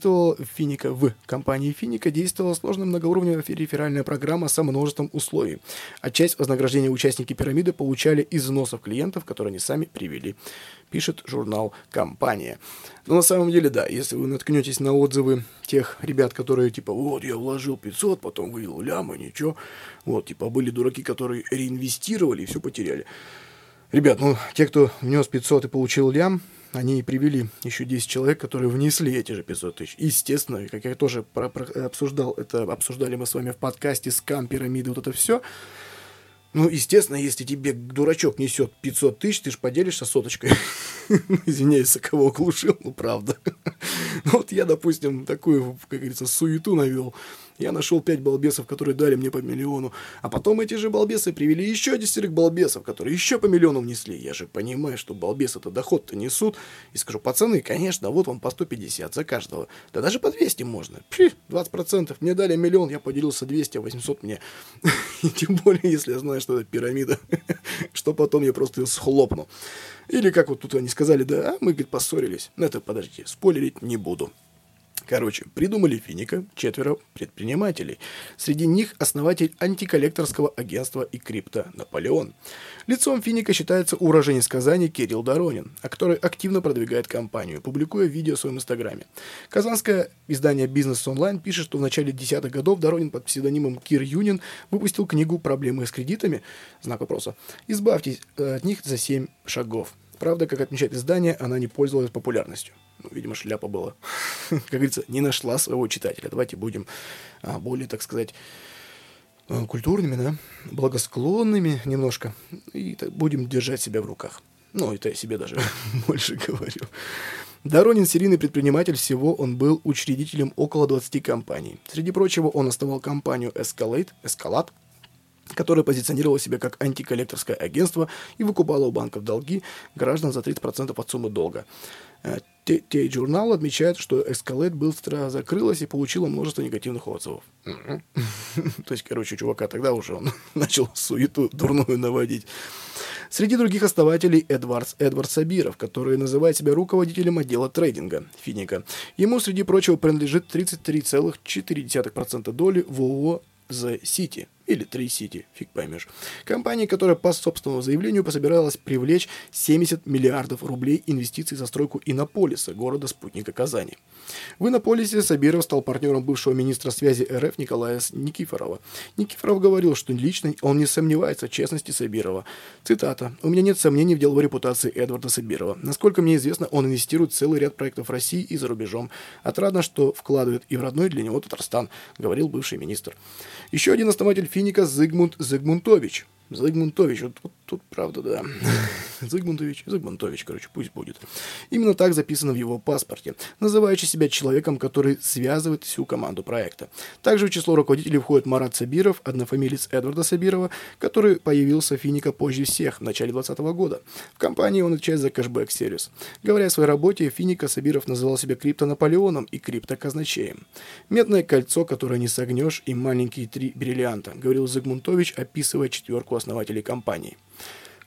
в компании Финика действовала сложная многоуровневая реферальная программа со множеством условий. А часть вознаграждения участники пирамиды получали из взносов клиентов, которые они сами привели. Пишет журнал «Компания». Но на самом деле, да, если вы наткнетесь на отзывы тех ребят, которые, вот, я вложил 500, потом вывел лям, и ничего. Вот, были дураки, которые реинвестировали и все потеряли. Ребят, те, кто внес 500 и получил лям, они привели еще 10 человек, которые внесли эти же 500 тысяч. Естественно, как я тоже обсуждали мы с вами в подкасте «Скам пирамиды», вот это все. Естественно, если тебе дурачок несет 500 тысяч, ты же поделишься соточкой. Извиняюсь, за кого оглушил, правда. Вот я, допустим, такую, как говорится, суету навел. Я нашел 5 балбесов, которые дали мне по миллиону. А потом эти же балбесы привели еще 10 балбесов, которые еще по миллиону внесли. Я же понимаю, что балбесы-то доход-то несут. И скажу, пацаны, конечно, вот вам по 150 за каждого. Да даже по 200 можно. 20%. Мне дали миллион, я поделился 200, а 800 мне. И тем более, если я знаю, что это пирамида, что потом я просто ее схлопну. Или как вот тут они сказали, мы, говорит, поссорились. Это, подождите, спойлерить не буду. Короче, придумали Финика 4 предпринимателей. Среди них основатель антиколлекторского агентства и крипто Наполеон. Лицом Финика считается уроженец Казани Кирилл Доронин, который активно продвигает компанию, публикуя видео в своем инстаграме. Казанское издание «Бизнес онлайн» пишет, что в начале 10-х годов Доронин под псевдонимом Кир Юнин выпустил книгу «Проблемы с кредитами», знак вопроса, «Избавьтесь от них за 7 шагов». Правда, как отмечает издание, она не пользовалась популярностью. Видимо, шляпа была. Как говорится, не нашла своего читателя. Давайте будем более, так сказать, культурными, да, благосклонными немножко. И будем держать себя в руках. Это я себе даже больше говорю. Доронин серийный предприниматель, всего он был учредителем около 20 компаний. Среди прочего, он основал компанию Escalate, которая позиционировала себя как антиколлекторское агентство и выкупала у банков долги граждан за 30% от суммы долга. Журнал отмечает, что Escalate быстро закрылась и получила множество негативных отзывов. То есть, у чувака тогда уже он начал суету дурную наводить. Среди других основателей Эдвард Сабиров, который называет себя руководителем отдела трейдинга Финика. Ему, среди прочего, принадлежит 33,4% доли в ООО The City, или 3 City, фиг поймешь. Компания, которая по собственному заявлению пособиралась привлечь 70 миллиардов рублей инвестиций в застройку Иннополиса, города-спутника Казани. В Иннополисе Сабиров стал партнером бывшего министра связи РФ Николая Никифорова. Никифоров говорил, что лично он не сомневается в честности Сабирова. Цитата. «У меня нет сомнений в деловой репутации Эдварда Сабирова. Насколько мне известно, он инвестирует в целый ряд проектов в России и за рубежом. Отрадно, что вкладывает и в родной для него Татарстан», говорил бывший министр. Еще один основатель Финика Зигмунтович. Вот тут правда, да. Зигмунтович, пусть будет. Именно так записано в его паспорте, называющий себя человеком, который связывает всю команду проекта. Также в число руководителей входит Марат Сабиров, однофамилец Эдварда Сабирова, который появился в Финика позже всех, в начале 2020 года. В компании он отвечает за кэшбэк-сервис. Говоря о своей работе, Финика Сабиров называл себя крипто-Наполеоном и крипто-казначеем. «Медное кольцо, которое не согнешь, и маленькие 3 бриллианта», говорил Зигмунтович, описывая 4 основателей компании.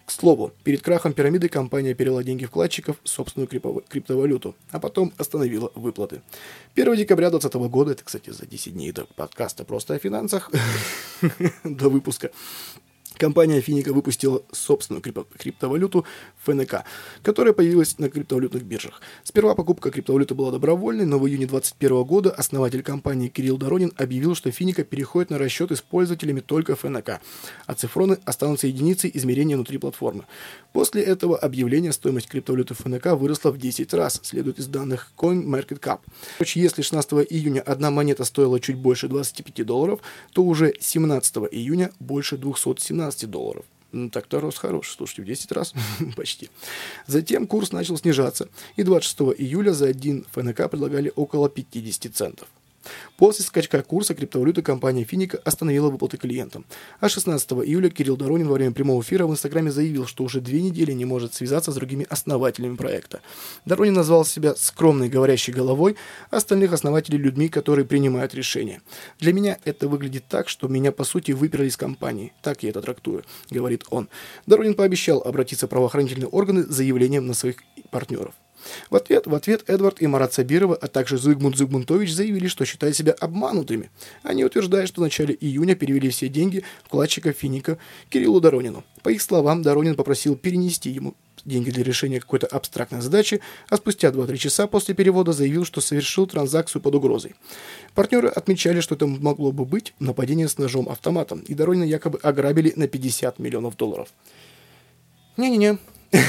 К слову, перед крахом пирамиды компания перевела деньги вкладчиков в собственную криптовалюту, а потом остановила выплаты. 1 декабря 2020 года, это, кстати, за 10 дней до подкаста «Просто о финансах», до выпуска, компания Финика выпустила собственную криптовалюту ФНК, которая появилась на криптовалютных биржах. Сперва покупка криптовалюты была добровольной, но в июне 2021 года основатель компании Кирилл Доронин объявил, что Финика переходит на расчеты с пользователями только ФНК, а цифроны останутся единицей измерения внутри платформы. После этого объявления стоимость криптовалюты ФНК выросла в 10 раз, следует из данных CoinMarketCap. Если 16 июня одна монета стоила чуть больше $25, то уже 17 июня больше $217. Так-то рост хороший, слушайте, в 10 раз почти. Затем курс начал снижаться, и 26 июля за один ФНК предлагали около 50 центов. После скачка курса криптовалюты компания Финика остановила выплаты клиентам. А 16 июля Кирилл Доронин во время прямого эфира в Инстаграме заявил, что уже 2 недели не может связаться с другими основателями проекта. Доронин назвал себя скромной говорящей головой, а остальных основателей людьми, которые принимают решения. «Для меня это выглядит так, что меня по сути выперли из компании. Так я это трактую», — говорит он. Доронин пообещал обратиться в правоохранительные органы с заявлением на своих партнеров. В ответ Эдвард и Марат Сабировы, а также Зигмунд Зигмунтович заявили, что считают себя обманутыми. Они утверждают, что в начале июня перевели все деньги вкладчика Финика Кириллу Доронину. По их словам, Доронин попросил перенести ему деньги для решения какой-то абстрактной задачи, а спустя 2-3 часа после перевода заявил, что совершил транзакцию под угрозой. Партнеры отмечали, что это могло бы быть нападение с ножом-автоматом, и Доронина якобы ограбили на $50 миллионов. Не-не-не.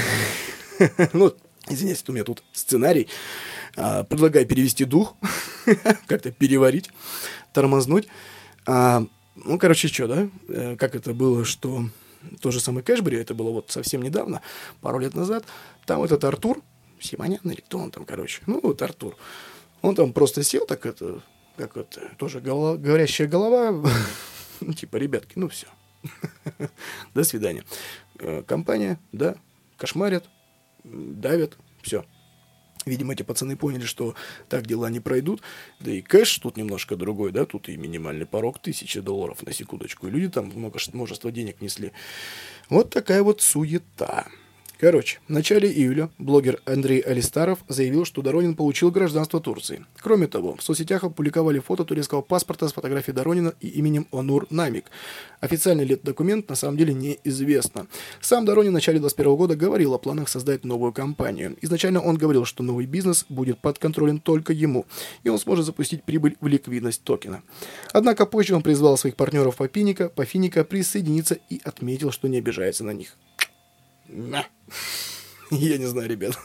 Ну, извиняюсь, у меня тут сценарий. Предлагаю перевести дух, как-то переварить, тормознуть. Что, да? Как это было, что то же самое Кэшбери, это было вот совсем недавно, пару лет назад. Там этот Артур, Симонян или кто он там, Артур. Он там просто сел, тоже говорящая голова. Типа, ребятки, все. До свидания. Компания, да, кошмарят, давят, все. Видимо, эти пацаны поняли, что так дела не пройдут. Да и кэш тут немножко другой, да, тут и минимальный порог $1000 на секундочку. И люди там множество денег несли. Вот такая вот суета. Короче, в начале июля блогер Андрей Алистаров заявил, что Доронин получил гражданство Турции. Кроме того, в соцсетях опубликовали фото турецкого паспорта с фотографией Доронина и именем Онур Намик. Официальный ли это документ на самом деле неизвестно. Сам Доронин в начале 2021 года говорил о планах создать новую компанию. Изначально он говорил, что новый бизнес будет подконтролен только ему, и он сможет запустить прибыль в ликвидность токена. Однако позже он призвал своих партнеров по Финика присоединиться и отметил, что не обижается на них. Я не знаю, ребят.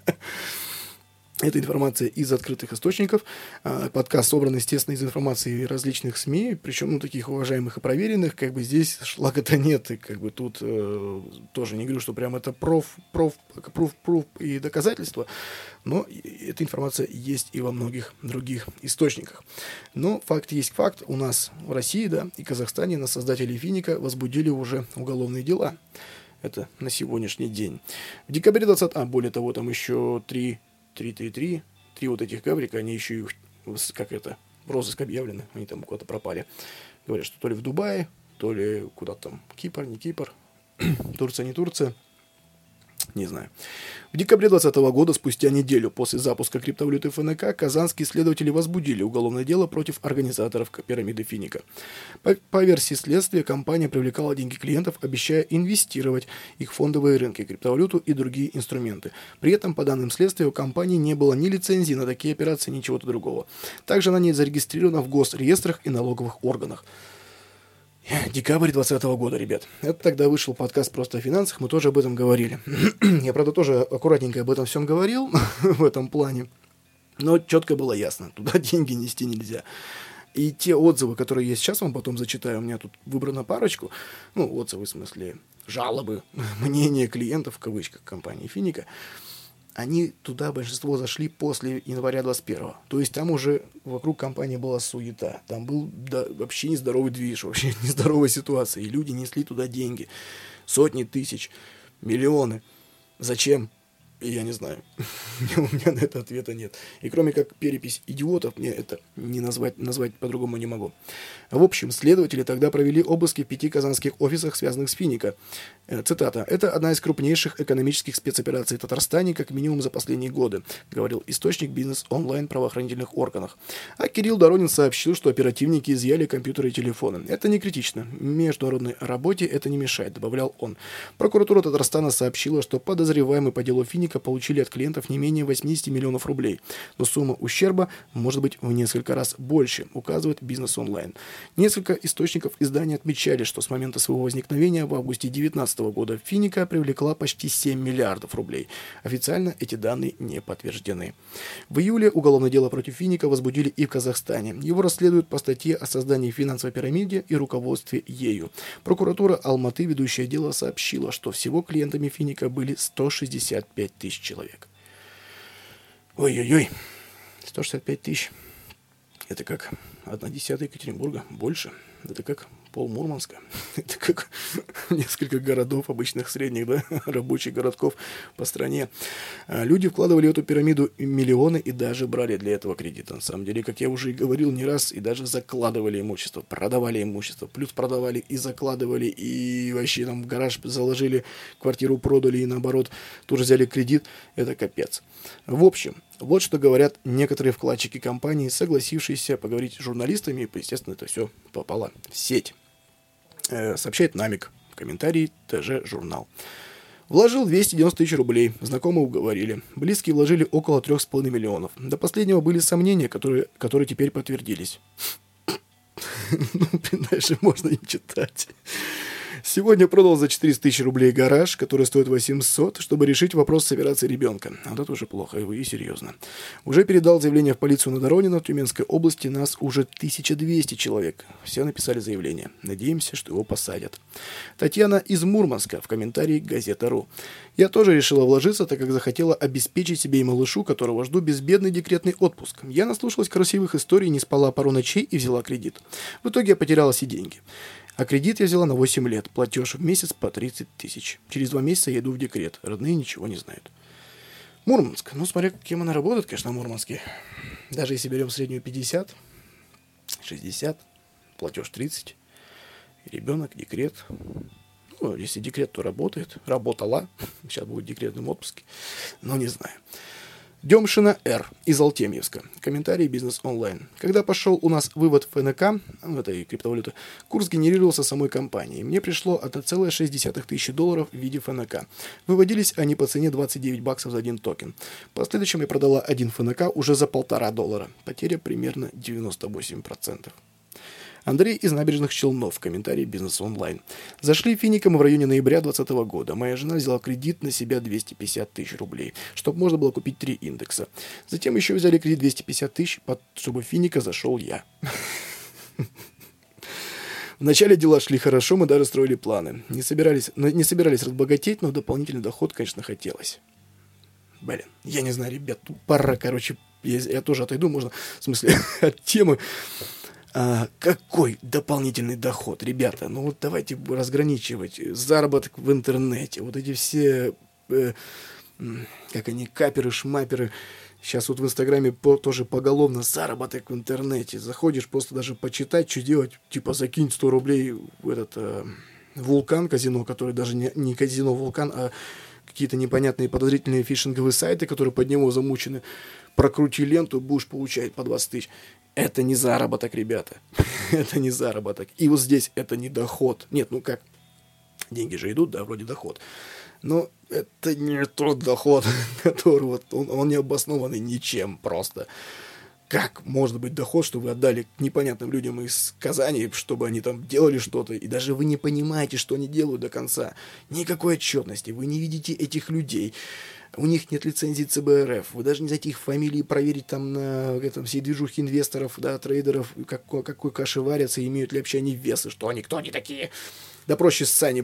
Это информация из открытых источников. Подкаст собран, естественно, из информации различных СМИ, причем, таких уважаемых и проверенных. Здесь шлака-то нет. И тут тоже не говорю, что прям это пруф и доказательства. Но эта информация есть и во многих других источниках. Но факт есть факт. У нас в России, да, и Казахстане на создателей Финика возбудили уже уголовные дела. Это на сегодняшний день. В декабре 20... более того, там еще три вот этих гаврика, они еще их, в розыск объявлены, они там куда-то пропали. Говорят, что то ли в Дубае, то ли куда-то там, Кипр, не Кипр, Турция, не Турция. Не знаю. В декабре 2020 года, спустя неделю после запуска криптовалюты ФНК, казанские следователи возбудили уголовное дело против организаторов пирамиды Финика. По версии следствия, компания привлекала деньги клиентов, обещая инвестировать их в фондовые рынки, криптовалюту и другие инструменты. При этом, по данным следствия, у компании не было ни лицензии на такие операции, ни чего-то другого. Также она не зарегистрирована в госреестрах и налоговых органах. Декабрь 2020 года, ребят. Это тогда вышел подкаст «Просто о финансах», мы тоже об этом говорили. Я, правда, тоже аккуратненько об этом всем говорил, в этом плане. Но четко было ясно, туда деньги нести нельзя. И те отзывы, которые я сейчас вам потом зачитаю, у меня тут выбрано парочку, отзывы в смысле жалобы, мнения клиентов, в кавычках, компании Финика, они туда большинство зашли после января 21-го. То есть там уже вокруг компании была суета. Там был вообще нездоровый движ, вообще нездоровая ситуация. И люди несли туда деньги. Сотни тысяч, миллионы. Зачем? Я не знаю. У меня на это ответа нет. И кроме как перепись идиотов, мне это не назвать по-другому не могу. В общем, следователи тогда провели обыски в 5 казанских офисах, связанных с Финика. Цитата. «Это одна из крупнейших экономических спецопераций в Татарстане, как минимум за последние годы», говорил источник бизнес-онлайн правоохранительных органах. А Кирилл Доронин сообщил, что оперативники изъяли компьютеры и телефоны. «Это не критично. Международной работе это не мешает», добавлял он. Прокуратура Татарстана сообщила, что подозреваемые по делу Финика получили от клиентов не менее 80 миллионов рублей, но сумма ущерба может быть в несколько раз больше, указывает Бизнес Онлайн. Несколько источников издания отмечали, что с момента своего возникновения в августе 2019 года Финика привлекла почти 7 миллиардов рублей. Официально эти данные не подтверждены. В июле уголовное дело против Финика возбудили и в Казахстане. Его расследуют по статье о создании финансовой пирамиды и руководстве ею. Прокуратура Алматы, ведущая дело, сообщила, что всего клиентами Финика были 165 тысяч человек. Ой-ой-ой, 165 тысяч. Это как 1/10 Екатеринбурга, больше. Это как пол-Мурманска. Это как несколько городов обычных средних, да, рабочих городков по стране. Люди вкладывали в эту пирамиду миллионы и даже брали для этого кредиты. На самом деле, как я уже и говорил не раз, и даже закладывали имущество, продавали имущество, плюс продавали и закладывали, и вообще там в гараж заложили, квартиру продали и наоборот тоже взяли кредит. Это капец. В общем, вот что говорят некоторые вкладчики компании, согласившиеся поговорить с журналистами, и, естественно, это все попало в сеть. Сообщает Намик в комментарии ТЖ Журнал. Вложил 290 тысяч рублей. Знакомые уговорили. Близкие вложили около 3,5 миллионов. До последнего были сомнения, которые теперь подтвердились. Ну, дальше можно не читать. Сегодня продал за 400 тысяч рублей гараж, который стоит 800, чтобы решить вопрос с операцией ребенка. А вот это уже плохо, и серьезно. Уже передал заявление в полицию на Доронина. В Тюменской области нас уже 1200 человек. Все написали заявление. Надеемся, что его посадят. Татьяна из Мурманска в комментарии Газета.ру. Я тоже решила вложиться, так как захотела обеспечить себе и малышу, которого жду, безбедный декретный отпуск. Я наслушалась красивых историй, не спала пару ночей и взяла кредит. В итоге я потеряла все деньги. А кредит я взяла на 8 лет, платеж в месяц по 30 тысяч. Через 2 месяца я иду в декрет, родные ничего не знают. Мурманск. Ну, смотря кем она работает, конечно, в Мурманске. Даже если берем среднюю 50, 60, платеж 30, ребенок, декрет. Ну, если декрет, то работает, работала. Сейчас будет в декретном отпуске, но не знаю. Демшина Р. из Алтемьевска. Комментарий Бизнес Онлайн. Когда пошел у нас вывод ФНК, этой криптовалюты, курс генерировался самой компанией. Мне пришло 1,6 тысячи долларов в виде ФНК. Выводились они по цене 29 баксов за один токен. В последующем я продала один ФНК уже за $1,5. Потеря примерно 98%. Андрей из Набережных Челнов. Комментарий Бизнес Онлайн. Зашли фиником в районе ноября 2020 года. Моя жена взяла кредит на себя 250 тысяч рублей, чтобы можно было купить 3 индекса. Затем еще взяли кредит 250 тысяч, чтобы в финика зашел я. Вначале дела шли хорошо, мы даже строили планы. Не собирались разбогатеть, но дополнительный доход, конечно, хотелось. Блин, я не знаю, ребят, тут пора, короче, я тоже отойду, можно, в смысле, от темы. Какой дополнительный доход, ребята? Ну вот давайте разграничивать заработок в интернете. Вот эти все, как они, каперы, шмаперы. Сейчас вот в Инстаграме тоже поголовно заработок в интернете. Заходишь просто даже почитать, что делать. Типа закинь 100 рублей в этот вулкан казино, который даже не казино вулкан, а какие-то непонятные подозрительные фишинговые сайты, которые под него замучены. Прокрути ленту, будешь получать по 20 тысяч. Это не заработок, ребята. Это не заработок. И вот здесь это не доход. Нет, ну как? Деньги же идут, да, вроде доход. Но это не тот доход, который вот он не обоснованный ничем просто. Как может быть доход, что вы отдали непонятным людям из Казани, чтобы они там делали что-то, и даже вы не понимаете, что они делают до конца. Никакой отчетности, вы не видите этих людей. У них нет лицензии ЦБРФ, вы даже не знаете их фамилии, проверить там на всей движухе инвесторов, да, трейдеров, какой каши варятся, имеют ли вообще они вес, и что они, кто они такие. Да проще сами,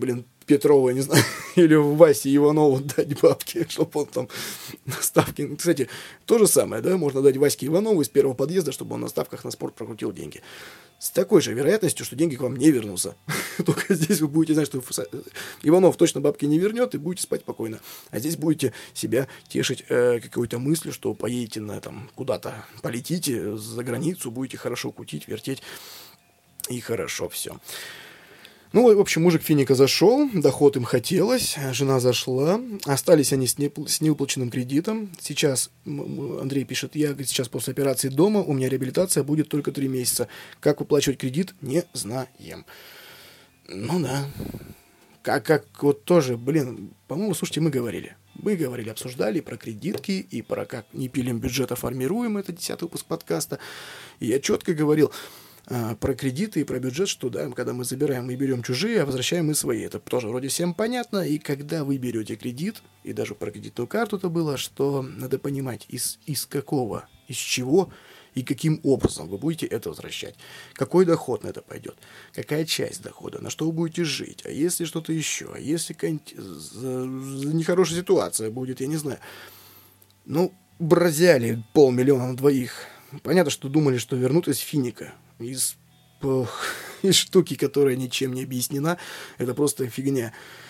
Петрова, не знаю, или Васе Иванову дать бабки, чтобы он там на ставке... Кстати, то же самое, да, можно дать Ваське Иванову из первого подъезда, чтобы он на ставках на спорт прокрутил деньги. С такой же вероятностью, что деньги к вам не вернутся. Только здесь вы будете знать, что Иванов точно бабки не вернет, и будете спать спокойно. А здесь будете себя тешить какой-то мыслью, что поедете на там куда-то, полетите за границу, будете хорошо кутить, вертеть, и хорошо все. Ну, в общем, мужик Финика зашел, доход им хотелось, жена зашла, остались они с невыплаченным кредитом. Сейчас, Андрей пишет, я, говорит, сейчас после операции дома, у меня реабилитация будет только 3 месяца. Как выплачивать кредит, не знаем. Ну да. Как вот тоже, по-моему, слушайте, мы говорили, обсуждали про кредитки и про как не пилим бюджет, а формируем, это 10-й выпуск подкаста. И я четко говорил про кредиты и про бюджет, что да, когда мы забираем и берем чужие, а возвращаем мы свои. Это тоже вроде всем понятно. И когда вы берете кредит, и даже про кредитную карту это было, что надо понимать, из какого, из чего и каким образом вы будете это возвращать. Какой доход на это пойдет, какая часть дохода, на что вы будете жить, а если что-то еще, а если какая-нибудь нехорошая ситуация будет, я не знаю. Ну, взяли 500 000 на двоих. Понятно, что думали, что вернут из Финика. Из штуки, которая ничем не объяснена. Это просто фигня.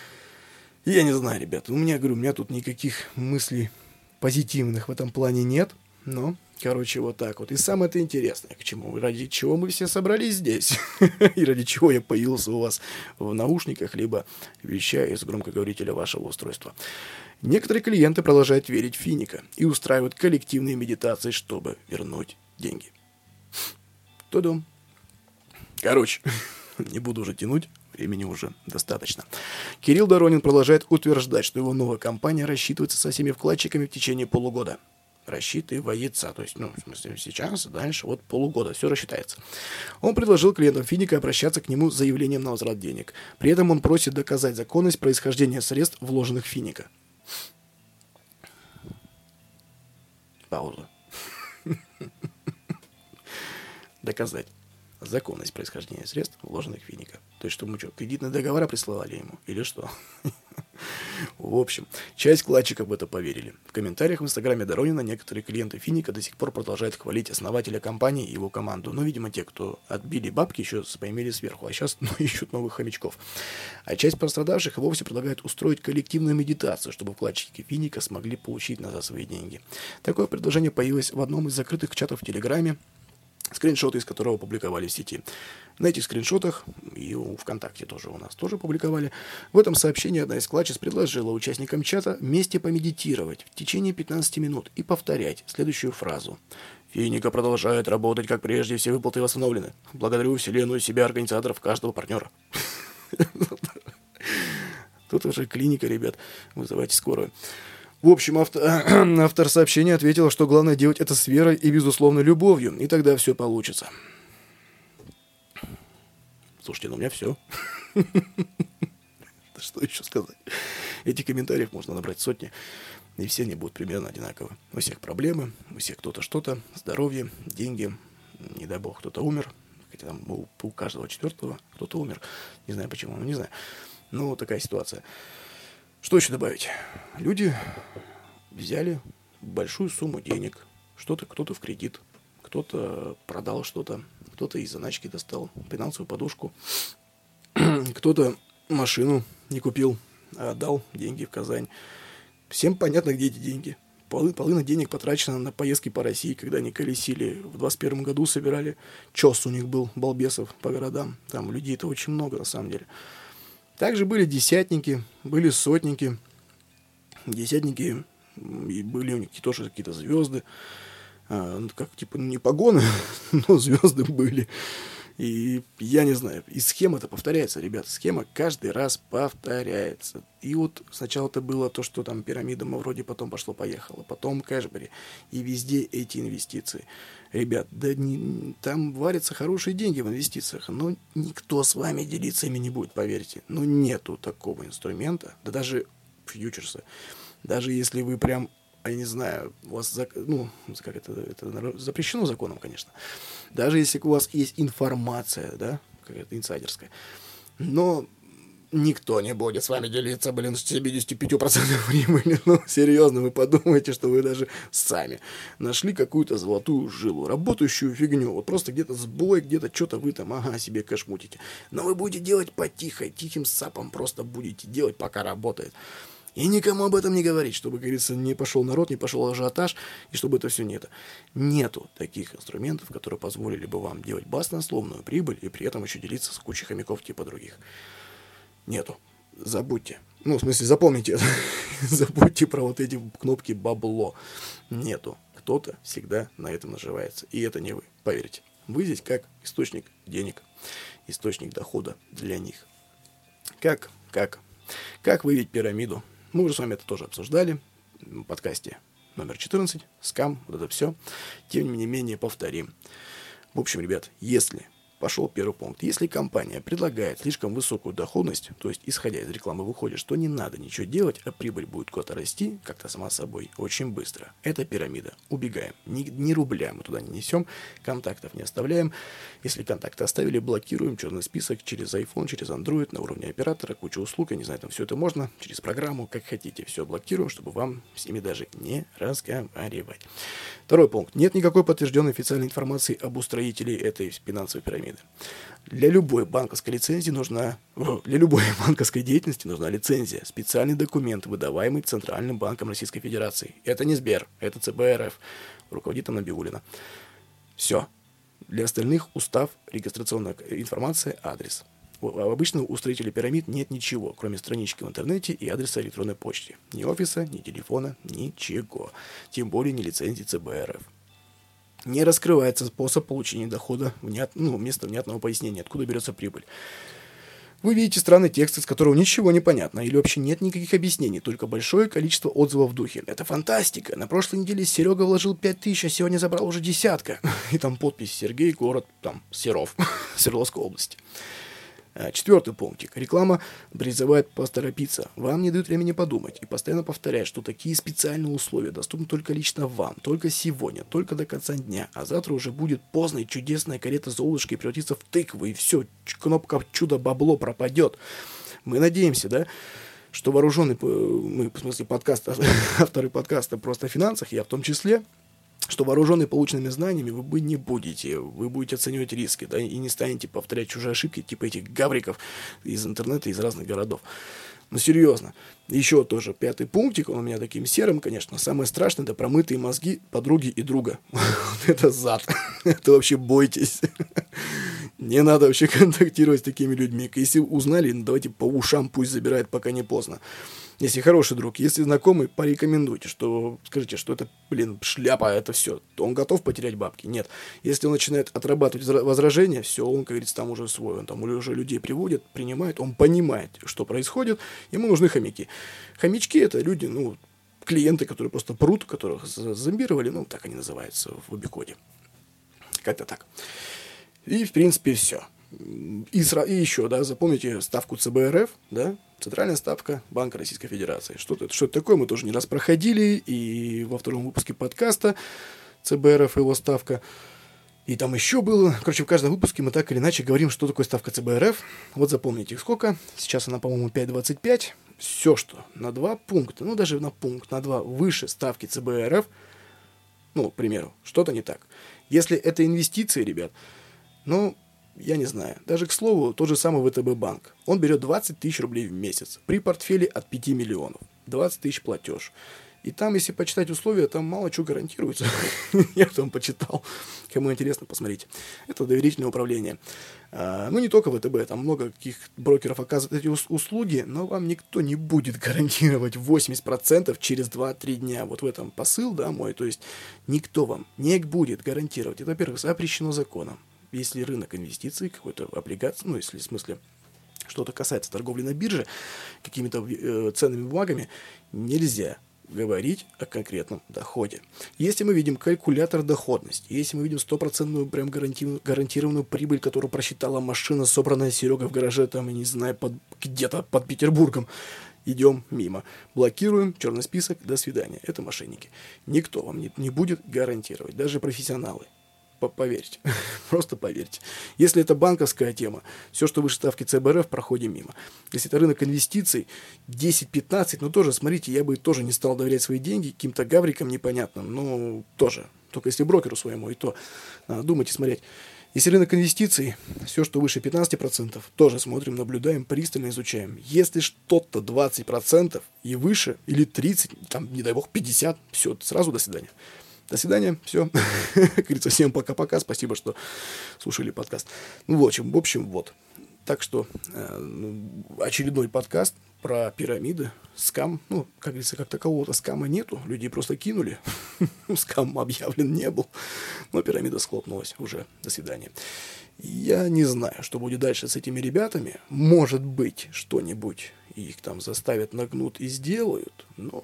Я не знаю, ребята. У меня тут никаких мыслей позитивных в этом плане нет. Но, короче, вот так вот. И самое-то интересное, к чему, ради чего мы все собрались здесь. И ради чего я появился у вас в наушниках, либо вещаю из громкоговорителя вашего устройства. Некоторые клиенты продолжают верить в Финика и устраивают коллективные медитации, чтобы вернуть деньги. Тудум. Короче, не буду уже тянуть, времени уже достаточно. Кирилл Доронин продолжает утверждать, что его новая компания рассчитывается со всеми вкладчиками в течение полугода. Рассчитывается, то есть, в смысле, сейчас, дальше, вот полугода, все рассчитается. Он предложил клиентам Финика обращаться к нему с заявлением на возврат денег. При этом он просит доказать законность происхождения средств, вложенных в Финика. Пауза. Доказать законность происхождения средств, вложенных в Финика. То есть, что мы кредитные договора присылали ему? Или что? В общем, часть вкладчиков в это поверили. В комментариях в инстаграме Доронина некоторые клиенты Финика до сих пор продолжают хвалить основателя компании и его команду. Но, видимо, те, кто отбили бабки, еще поимели сверху, а сейчас ищут новых хомячков. А часть пострадавших и вовсе предлагает устроить коллективную медитацию, чтобы вкладчики Финика смогли получить назад свои деньги. Такое предложение появилось в одном из закрытых чатов в Телеграме, скриншоты из которого публиковали в сети. На этих скриншотах и у ВКонтакте тоже у нас тоже публиковали. В этом сообщении одна из вкладчиц предложила участникам чата вместе помедитировать в течение 15 минут и повторять следующую фразу. Финика продолжает работать, как прежде, все выплаты восстановлены. Благодарю Вселенную, себя, организаторов, каждого партнера. Тут уже клиника, ребят. Вызывайте скорую. В общем, автор сообщения ответил, что главное делать это с верой и, безусловно, любовью, и тогда все получится. Слушайте, у меня все. Что еще сказать? Этих комментариев можно набрать сотни, и все они будут примерно одинаковы. У всех проблемы, у всех кто-то что-то, здоровье, деньги, не дай бог, кто-то умер, хотя там у каждого четвертого кто-то умер, не знаю почему, не знаю. Ну, такая ситуация. Что еще добавить? Люди взяли большую сумму денег, кто-то в кредит, кто-то продал что-то, кто-то из заначки достал финансовую подушку, кто-то машину не купил, а отдал деньги в Казань. Всем понятно, где эти деньги. Половина денег потрачена на поездки по России, когда они колесили в 21 году, собирали. Чёс у них был, балбесов по городам. Там людей-то очень много, на самом деле. Также были десятники, были сотники. Десятники, и были у них тоже какие-то звезды. Как типа не погоны, но звезды были. И я не знаю, и схема-то повторяется, ребята. Схема каждый раз повторяется. И вот сначала это было то, что там пирамида вроде потом пошло-поехало. Потом Кэшбери. И везде эти инвестиции. Ребят, там варятся хорошие деньги в инвестициях. Но никто с вами делиться ими не будет, поверьте. Ну, нету такого инструмента. Да даже фьючерсы. Даже если вы прям... Я не знаю, у вас, как это запрещено законом, конечно. Даже если у вас есть информация, да, какая-то инсайдерская. Но никто не будет с вами делиться, блин, с 75% прибыли. Ну, серьезно, вы подумаете, что вы даже сами нашли какую-то золотую жилу, работающую фигню. Вот просто где-то сбой, где-то что-то вы там, себе кэш мутите. Но вы будете делать тихим сапом, просто будете делать, пока работает. И никому об этом не говорить, чтобы, как говорится, не пошел народ, не пошел ажиотаж, и чтобы это все нету таких инструментов, которые позволили бы вам делать баснословную прибыль и при этом еще делиться с кучей хомяков типа других. Нету. Забудьте. Ну, в смысле, запомните это. Забудьте про вот эти кнопки бабло. Нету. Кто-то всегда на этом наживается. И это не вы, поверьте. Вы здесь как источник денег, источник дохода для них. Как вывести пирамиду? Мы уже с вами это тоже обсуждали в подкасте номер 14, скам, вот это все. Тем не менее, повторим. В общем, ребят, если пошел первый пункт. Если компания предлагает слишком высокую доходность, то есть, исходя из рекламы, выходит, что не надо ничего делать, а прибыль будет куда-то расти, как-то сама собой, очень быстро. Это пирамида. Убегаем. Ни рубля мы туда не несем, контактов не оставляем. Если контакты оставили, блокируем черный список через iPhone, через Android, на уровне оператора, куча услуг, я не знаю, там все это можно, через программу, как хотите, все блокируем, чтобы вам с ними даже не разговаривать. Второй пункт. Нет никакой подтвержденной официальной информации об устроителе этой финансовой пирамиды. Для любой банковской деятельности нужна лицензия, специальный документ, выдаваемый Центральным банком Российской Федерации. Это не Сбер, это ЦБ РФ. Руководит Набиуллина. Все. Для остальных устав, регистрационная информация, адрес. Обычно у строителей пирамид нет ничего, кроме странички в интернете и адреса электронной почты. Ни офиса, ни телефона, ничего. Тем более ни лицензии ЦБ РФ. Не раскрывается способ получения дохода вместо внятного пояснения, откуда берется прибыль. Вы видите странный текст, из которого ничего не понятно, или вообще нет никаких объяснений, только большое количество отзывов в духе. Это фантастика. На прошлой неделе Серега вложил 5000, а сегодня забрал уже 10. И там подпись Сергей, город, Серов, Свердловской области. Четвертый пунктик. Реклама призывает поторопиться. Вам не дают времени подумать и постоянно повторяет, что такие специальные условия доступны только лично вам, только сегодня, только до конца дня, а завтра уже будет поздно, и чудесная карета Золушки превратится в тыкву, и все, кнопка чудо-бабло пропадет. Мы надеемся, да, что вооруженный, авторы подкаста просто о финансах, я в том числе, что вооруженный полученными знаниями вы не будете. Вы будете оценивать риски, да, и не станете повторять чужие ошибки, типа этих гавриков из интернета, из разных городов. Ну, серьезно. Еще тоже 5 пунктик, он у меня таким серым, конечно. Самое страшное — это промытые мозги подруги и друга. Это зад. Это вообще бойтесь. Не надо вообще контактировать с такими людьми. Если узнали, давайте по ушам пусть забирает, пока не поздно. Если хороший друг, если знакомый, порекомендуйте, скажите, что это, шляпа, это все. То он готов потерять бабки? Нет. Если он начинает отрабатывать возражения, все, он, как говорится, там уже свой. Он там уже людей приводит, принимает, он понимает, что происходит, ему нужны хомяки. Хомячки — это люди, клиенты, которые просто прут, которых зомбировали, так они называются в обиходе. Как-то так. И, в принципе, все. И еще, запомните ставку ЦБ РФ, центральная ставка Банка Российской Федерации. Что это такое, мы тоже не раз проходили, и во втором выпуске подкаста ЦБ РФ и его ставка. И там еще было, в каждом выпуске мы так или иначе говорим, что такое ставка ЦБ РФ. Вот запомните, сколько. Сейчас она, по-моему, 5,25. Все, что на 2 пункта, даже на пункт, на 2 выше ставки ЦБ РФ, к примеру, что-то не так. Если это инвестиции, ребят, я не знаю. Даже, к слову, тот же самый ВТБ банк. Он берет 20 тысяч рублей в месяц при портфеле от 5 миллионов. 20 тысяч платеж. И там, если почитать условия, там мало чего гарантируется. Я там почитал. Кому интересно, посмотрите. Это доверительное управление. Не только ВТБ, там много каких брокеров оказывают эти услуги, но вам никто не будет гарантировать 80% через 2-3 дня. Вот в этом посыл, мой. То есть никто вам не будет гарантировать. Это, во-первых, запрещено законом. Если рынок инвестиций, какой-то облигации, если в смысле что-то касается торговли на бирже, какими-то ценными бумагами, нельзя говорить о конкретном доходе. Если мы видим калькулятор доходности, если мы видим 100% прям гарантированную прибыль, которую просчитала машина, собранная Серегой в гараже, где-то под Петербургом, идем мимо. Блокируем, черный список, до свидания. Это мошенники. Никто вам не будет гарантировать, даже профессионалы. поверьте. Просто поверьте. Если это банковская тема, все, что выше ставки ЦБРФ, проходим мимо. Если это рынок инвестиций, 10-15, ну тоже, смотрите, я бы тоже не стал доверять свои деньги каким-то гаврикам непонятным. Ну, тоже. Только если брокеру своему, и то. Надо думать и смотреть. Если рынок инвестиций, все, что выше 15%, тоже смотрим, наблюдаем, пристально изучаем. Если что-то 20% и выше, или 30%, там, не дай бог, 50%, все, сразу до свидания. До свидания, все. Как говорится, всем пока-пока, спасибо, что слушали подкаст. Ну, в общем, вот. Так что очередной подкаст про пирамиды, скам. Ну, как говорится, как такового-то скама нету, людей просто кинули. Скам объявлен не был, но пирамида схлопнулась уже. До свидания. Я не знаю, что будет дальше с этими ребятами. Может быть, что-нибудь их там заставят, нагнут и сделают, но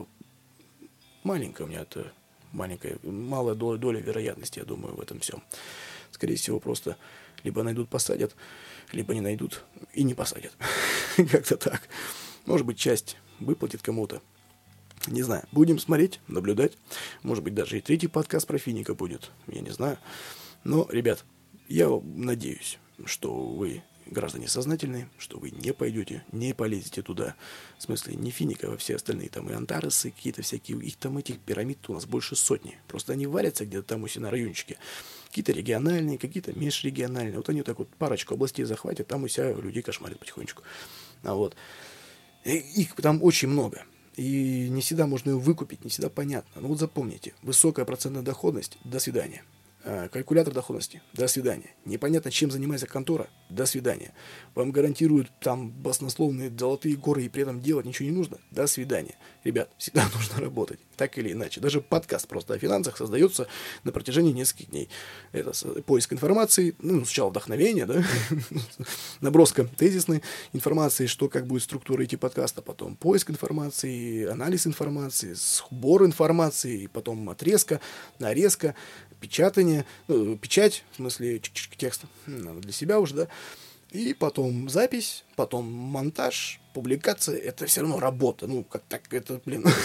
малая доля вероятности, я думаю, в этом всем. Скорее всего, просто либо найдут, посадят, либо не найдут и не посадят. Как-то так. Может быть, часть выплатит кому-то. Не знаю. Будем смотреть, наблюдать. Может быть, даже и третий подкаст про Финика будет. Я не знаю. Но, ребят, я надеюсь, что вы граждане сознательные, что вы не пойдете, не полезете туда. В смысле, не Финика, а все остальные там и Антаресы, какие-то всякие. Их там, этих пирамид у нас больше сотни. Просто они варятся где-то там у себя на райончике. Какие-то региональные, какие-то межрегиональные. Вот они так вот парочку областей захватят, там у себя людей кошмарят потихонечку. Их там очень много. И не всегда можно ее выкупить, не всегда понятно. Но вот запомните, высокая процентная доходность, до свидания. Калькулятор доходности, до свидания. Непонятно, чем занимается контора, до свидания. Вам гарантируют там баснословные золотые горы и при этом делать ничего не нужно, до свидания. Ребят, всегда нужно работать, так или иначе. Даже подкаст просто о финансах создается на протяжении нескольких дней. Это поиск информации, сначала вдохновение, да, наброска тезисной информации, что как будет структура идти подкаста, потом поиск информации, анализ информации, сбор информации, потом отрезка, нарезка, печатание, печать, в смысле текста, для себя уже, да, и потом запись, потом монтаж, публикация, это все равно работа, как так, это,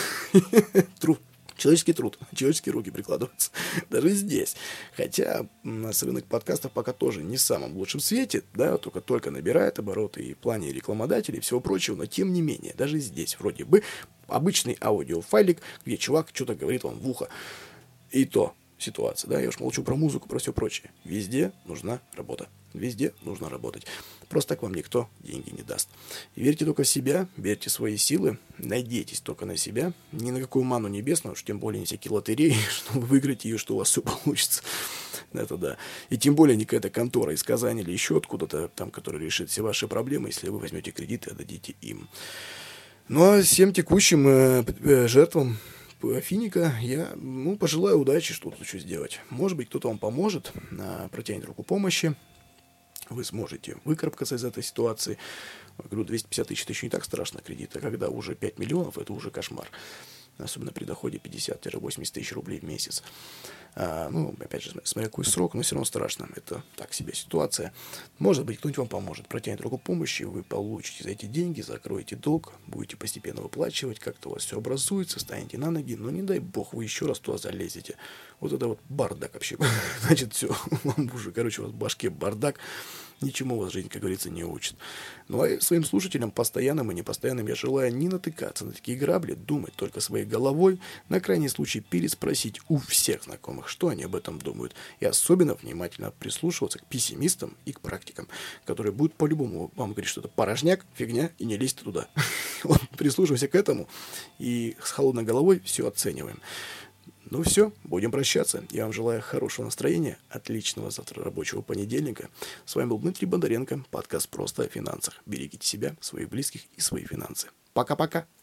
труд, человеческий труд, человеческие руки прикладываются, даже здесь, хотя у нас рынок подкастов пока тоже не в самом лучшем свете, да, только набирает обороты и в плане рекламодателей и всего прочего, но тем не менее, даже здесь вроде бы обычный аудиофайлик, где чувак что-то говорит вам в ухо, и то ситуация, да, я уж молчу про музыку, про все прочее. Везде нужна работа. Везде нужно работать. Просто так вам никто деньги не даст. Верьте только в себя, верьте в свои силы, надейтесь только на себя, ни на какую ману небесную, уж тем более не всякие лотереи, что вы выиграете ее, что у вас все получится. Это да. И тем более не какая-то контора из Казани или еще откуда-то, там, которая решит все ваши проблемы, если вы возьмете кредит и отдадите им. Ну, а всем текущим жертвам Финика я пожелаю удачи, что тут еще сделать. Может быть, кто-то вам поможет, протянет руку помощи. Вы сможете выкарабкаться из этой ситуации. Я говорю, 250 тысяч это еще не так страшно кредит, а когда уже 5 миллионов, это уже кошмар. Особенно при доходе 50-80 тысяч рублей в месяц. Опять же, смотря какой срок, но все равно страшно. Это так себе ситуация. Может быть, кто-нибудь вам поможет, протянет руку помощи, вы получите за эти деньги, закроете долг, будете постепенно выплачивать, как-то у вас все образуется, станете на ноги, но не дай бог, вы еще раз туда залезете. Вот это вот бардак вообще. Значит, все, вам уже, у вас в башке бардак. Ничему вас жизнь, как говорится, не учит. Ну, а своим слушателям, постоянным и непостоянным, я желаю не натыкаться на такие грабли, думать только своей головой, на крайний случай переспросить у всех знакомых, что они об этом думают, и особенно внимательно прислушиваться к пессимистам и к практикам, которые будут по-любому вам говорить, что это порожняк, фигня, и не лезьте туда. Прислушивайся к этому, и с холодной головой все оцениваем. Ну все, будем прощаться. Я вам желаю хорошего настроения, отличного завтра рабочего понедельника. С вами был Дмитрий Бондаренко, подкаст «Просто о финансах». Берегите себя, своих близких и свои финансы. Пока-пока.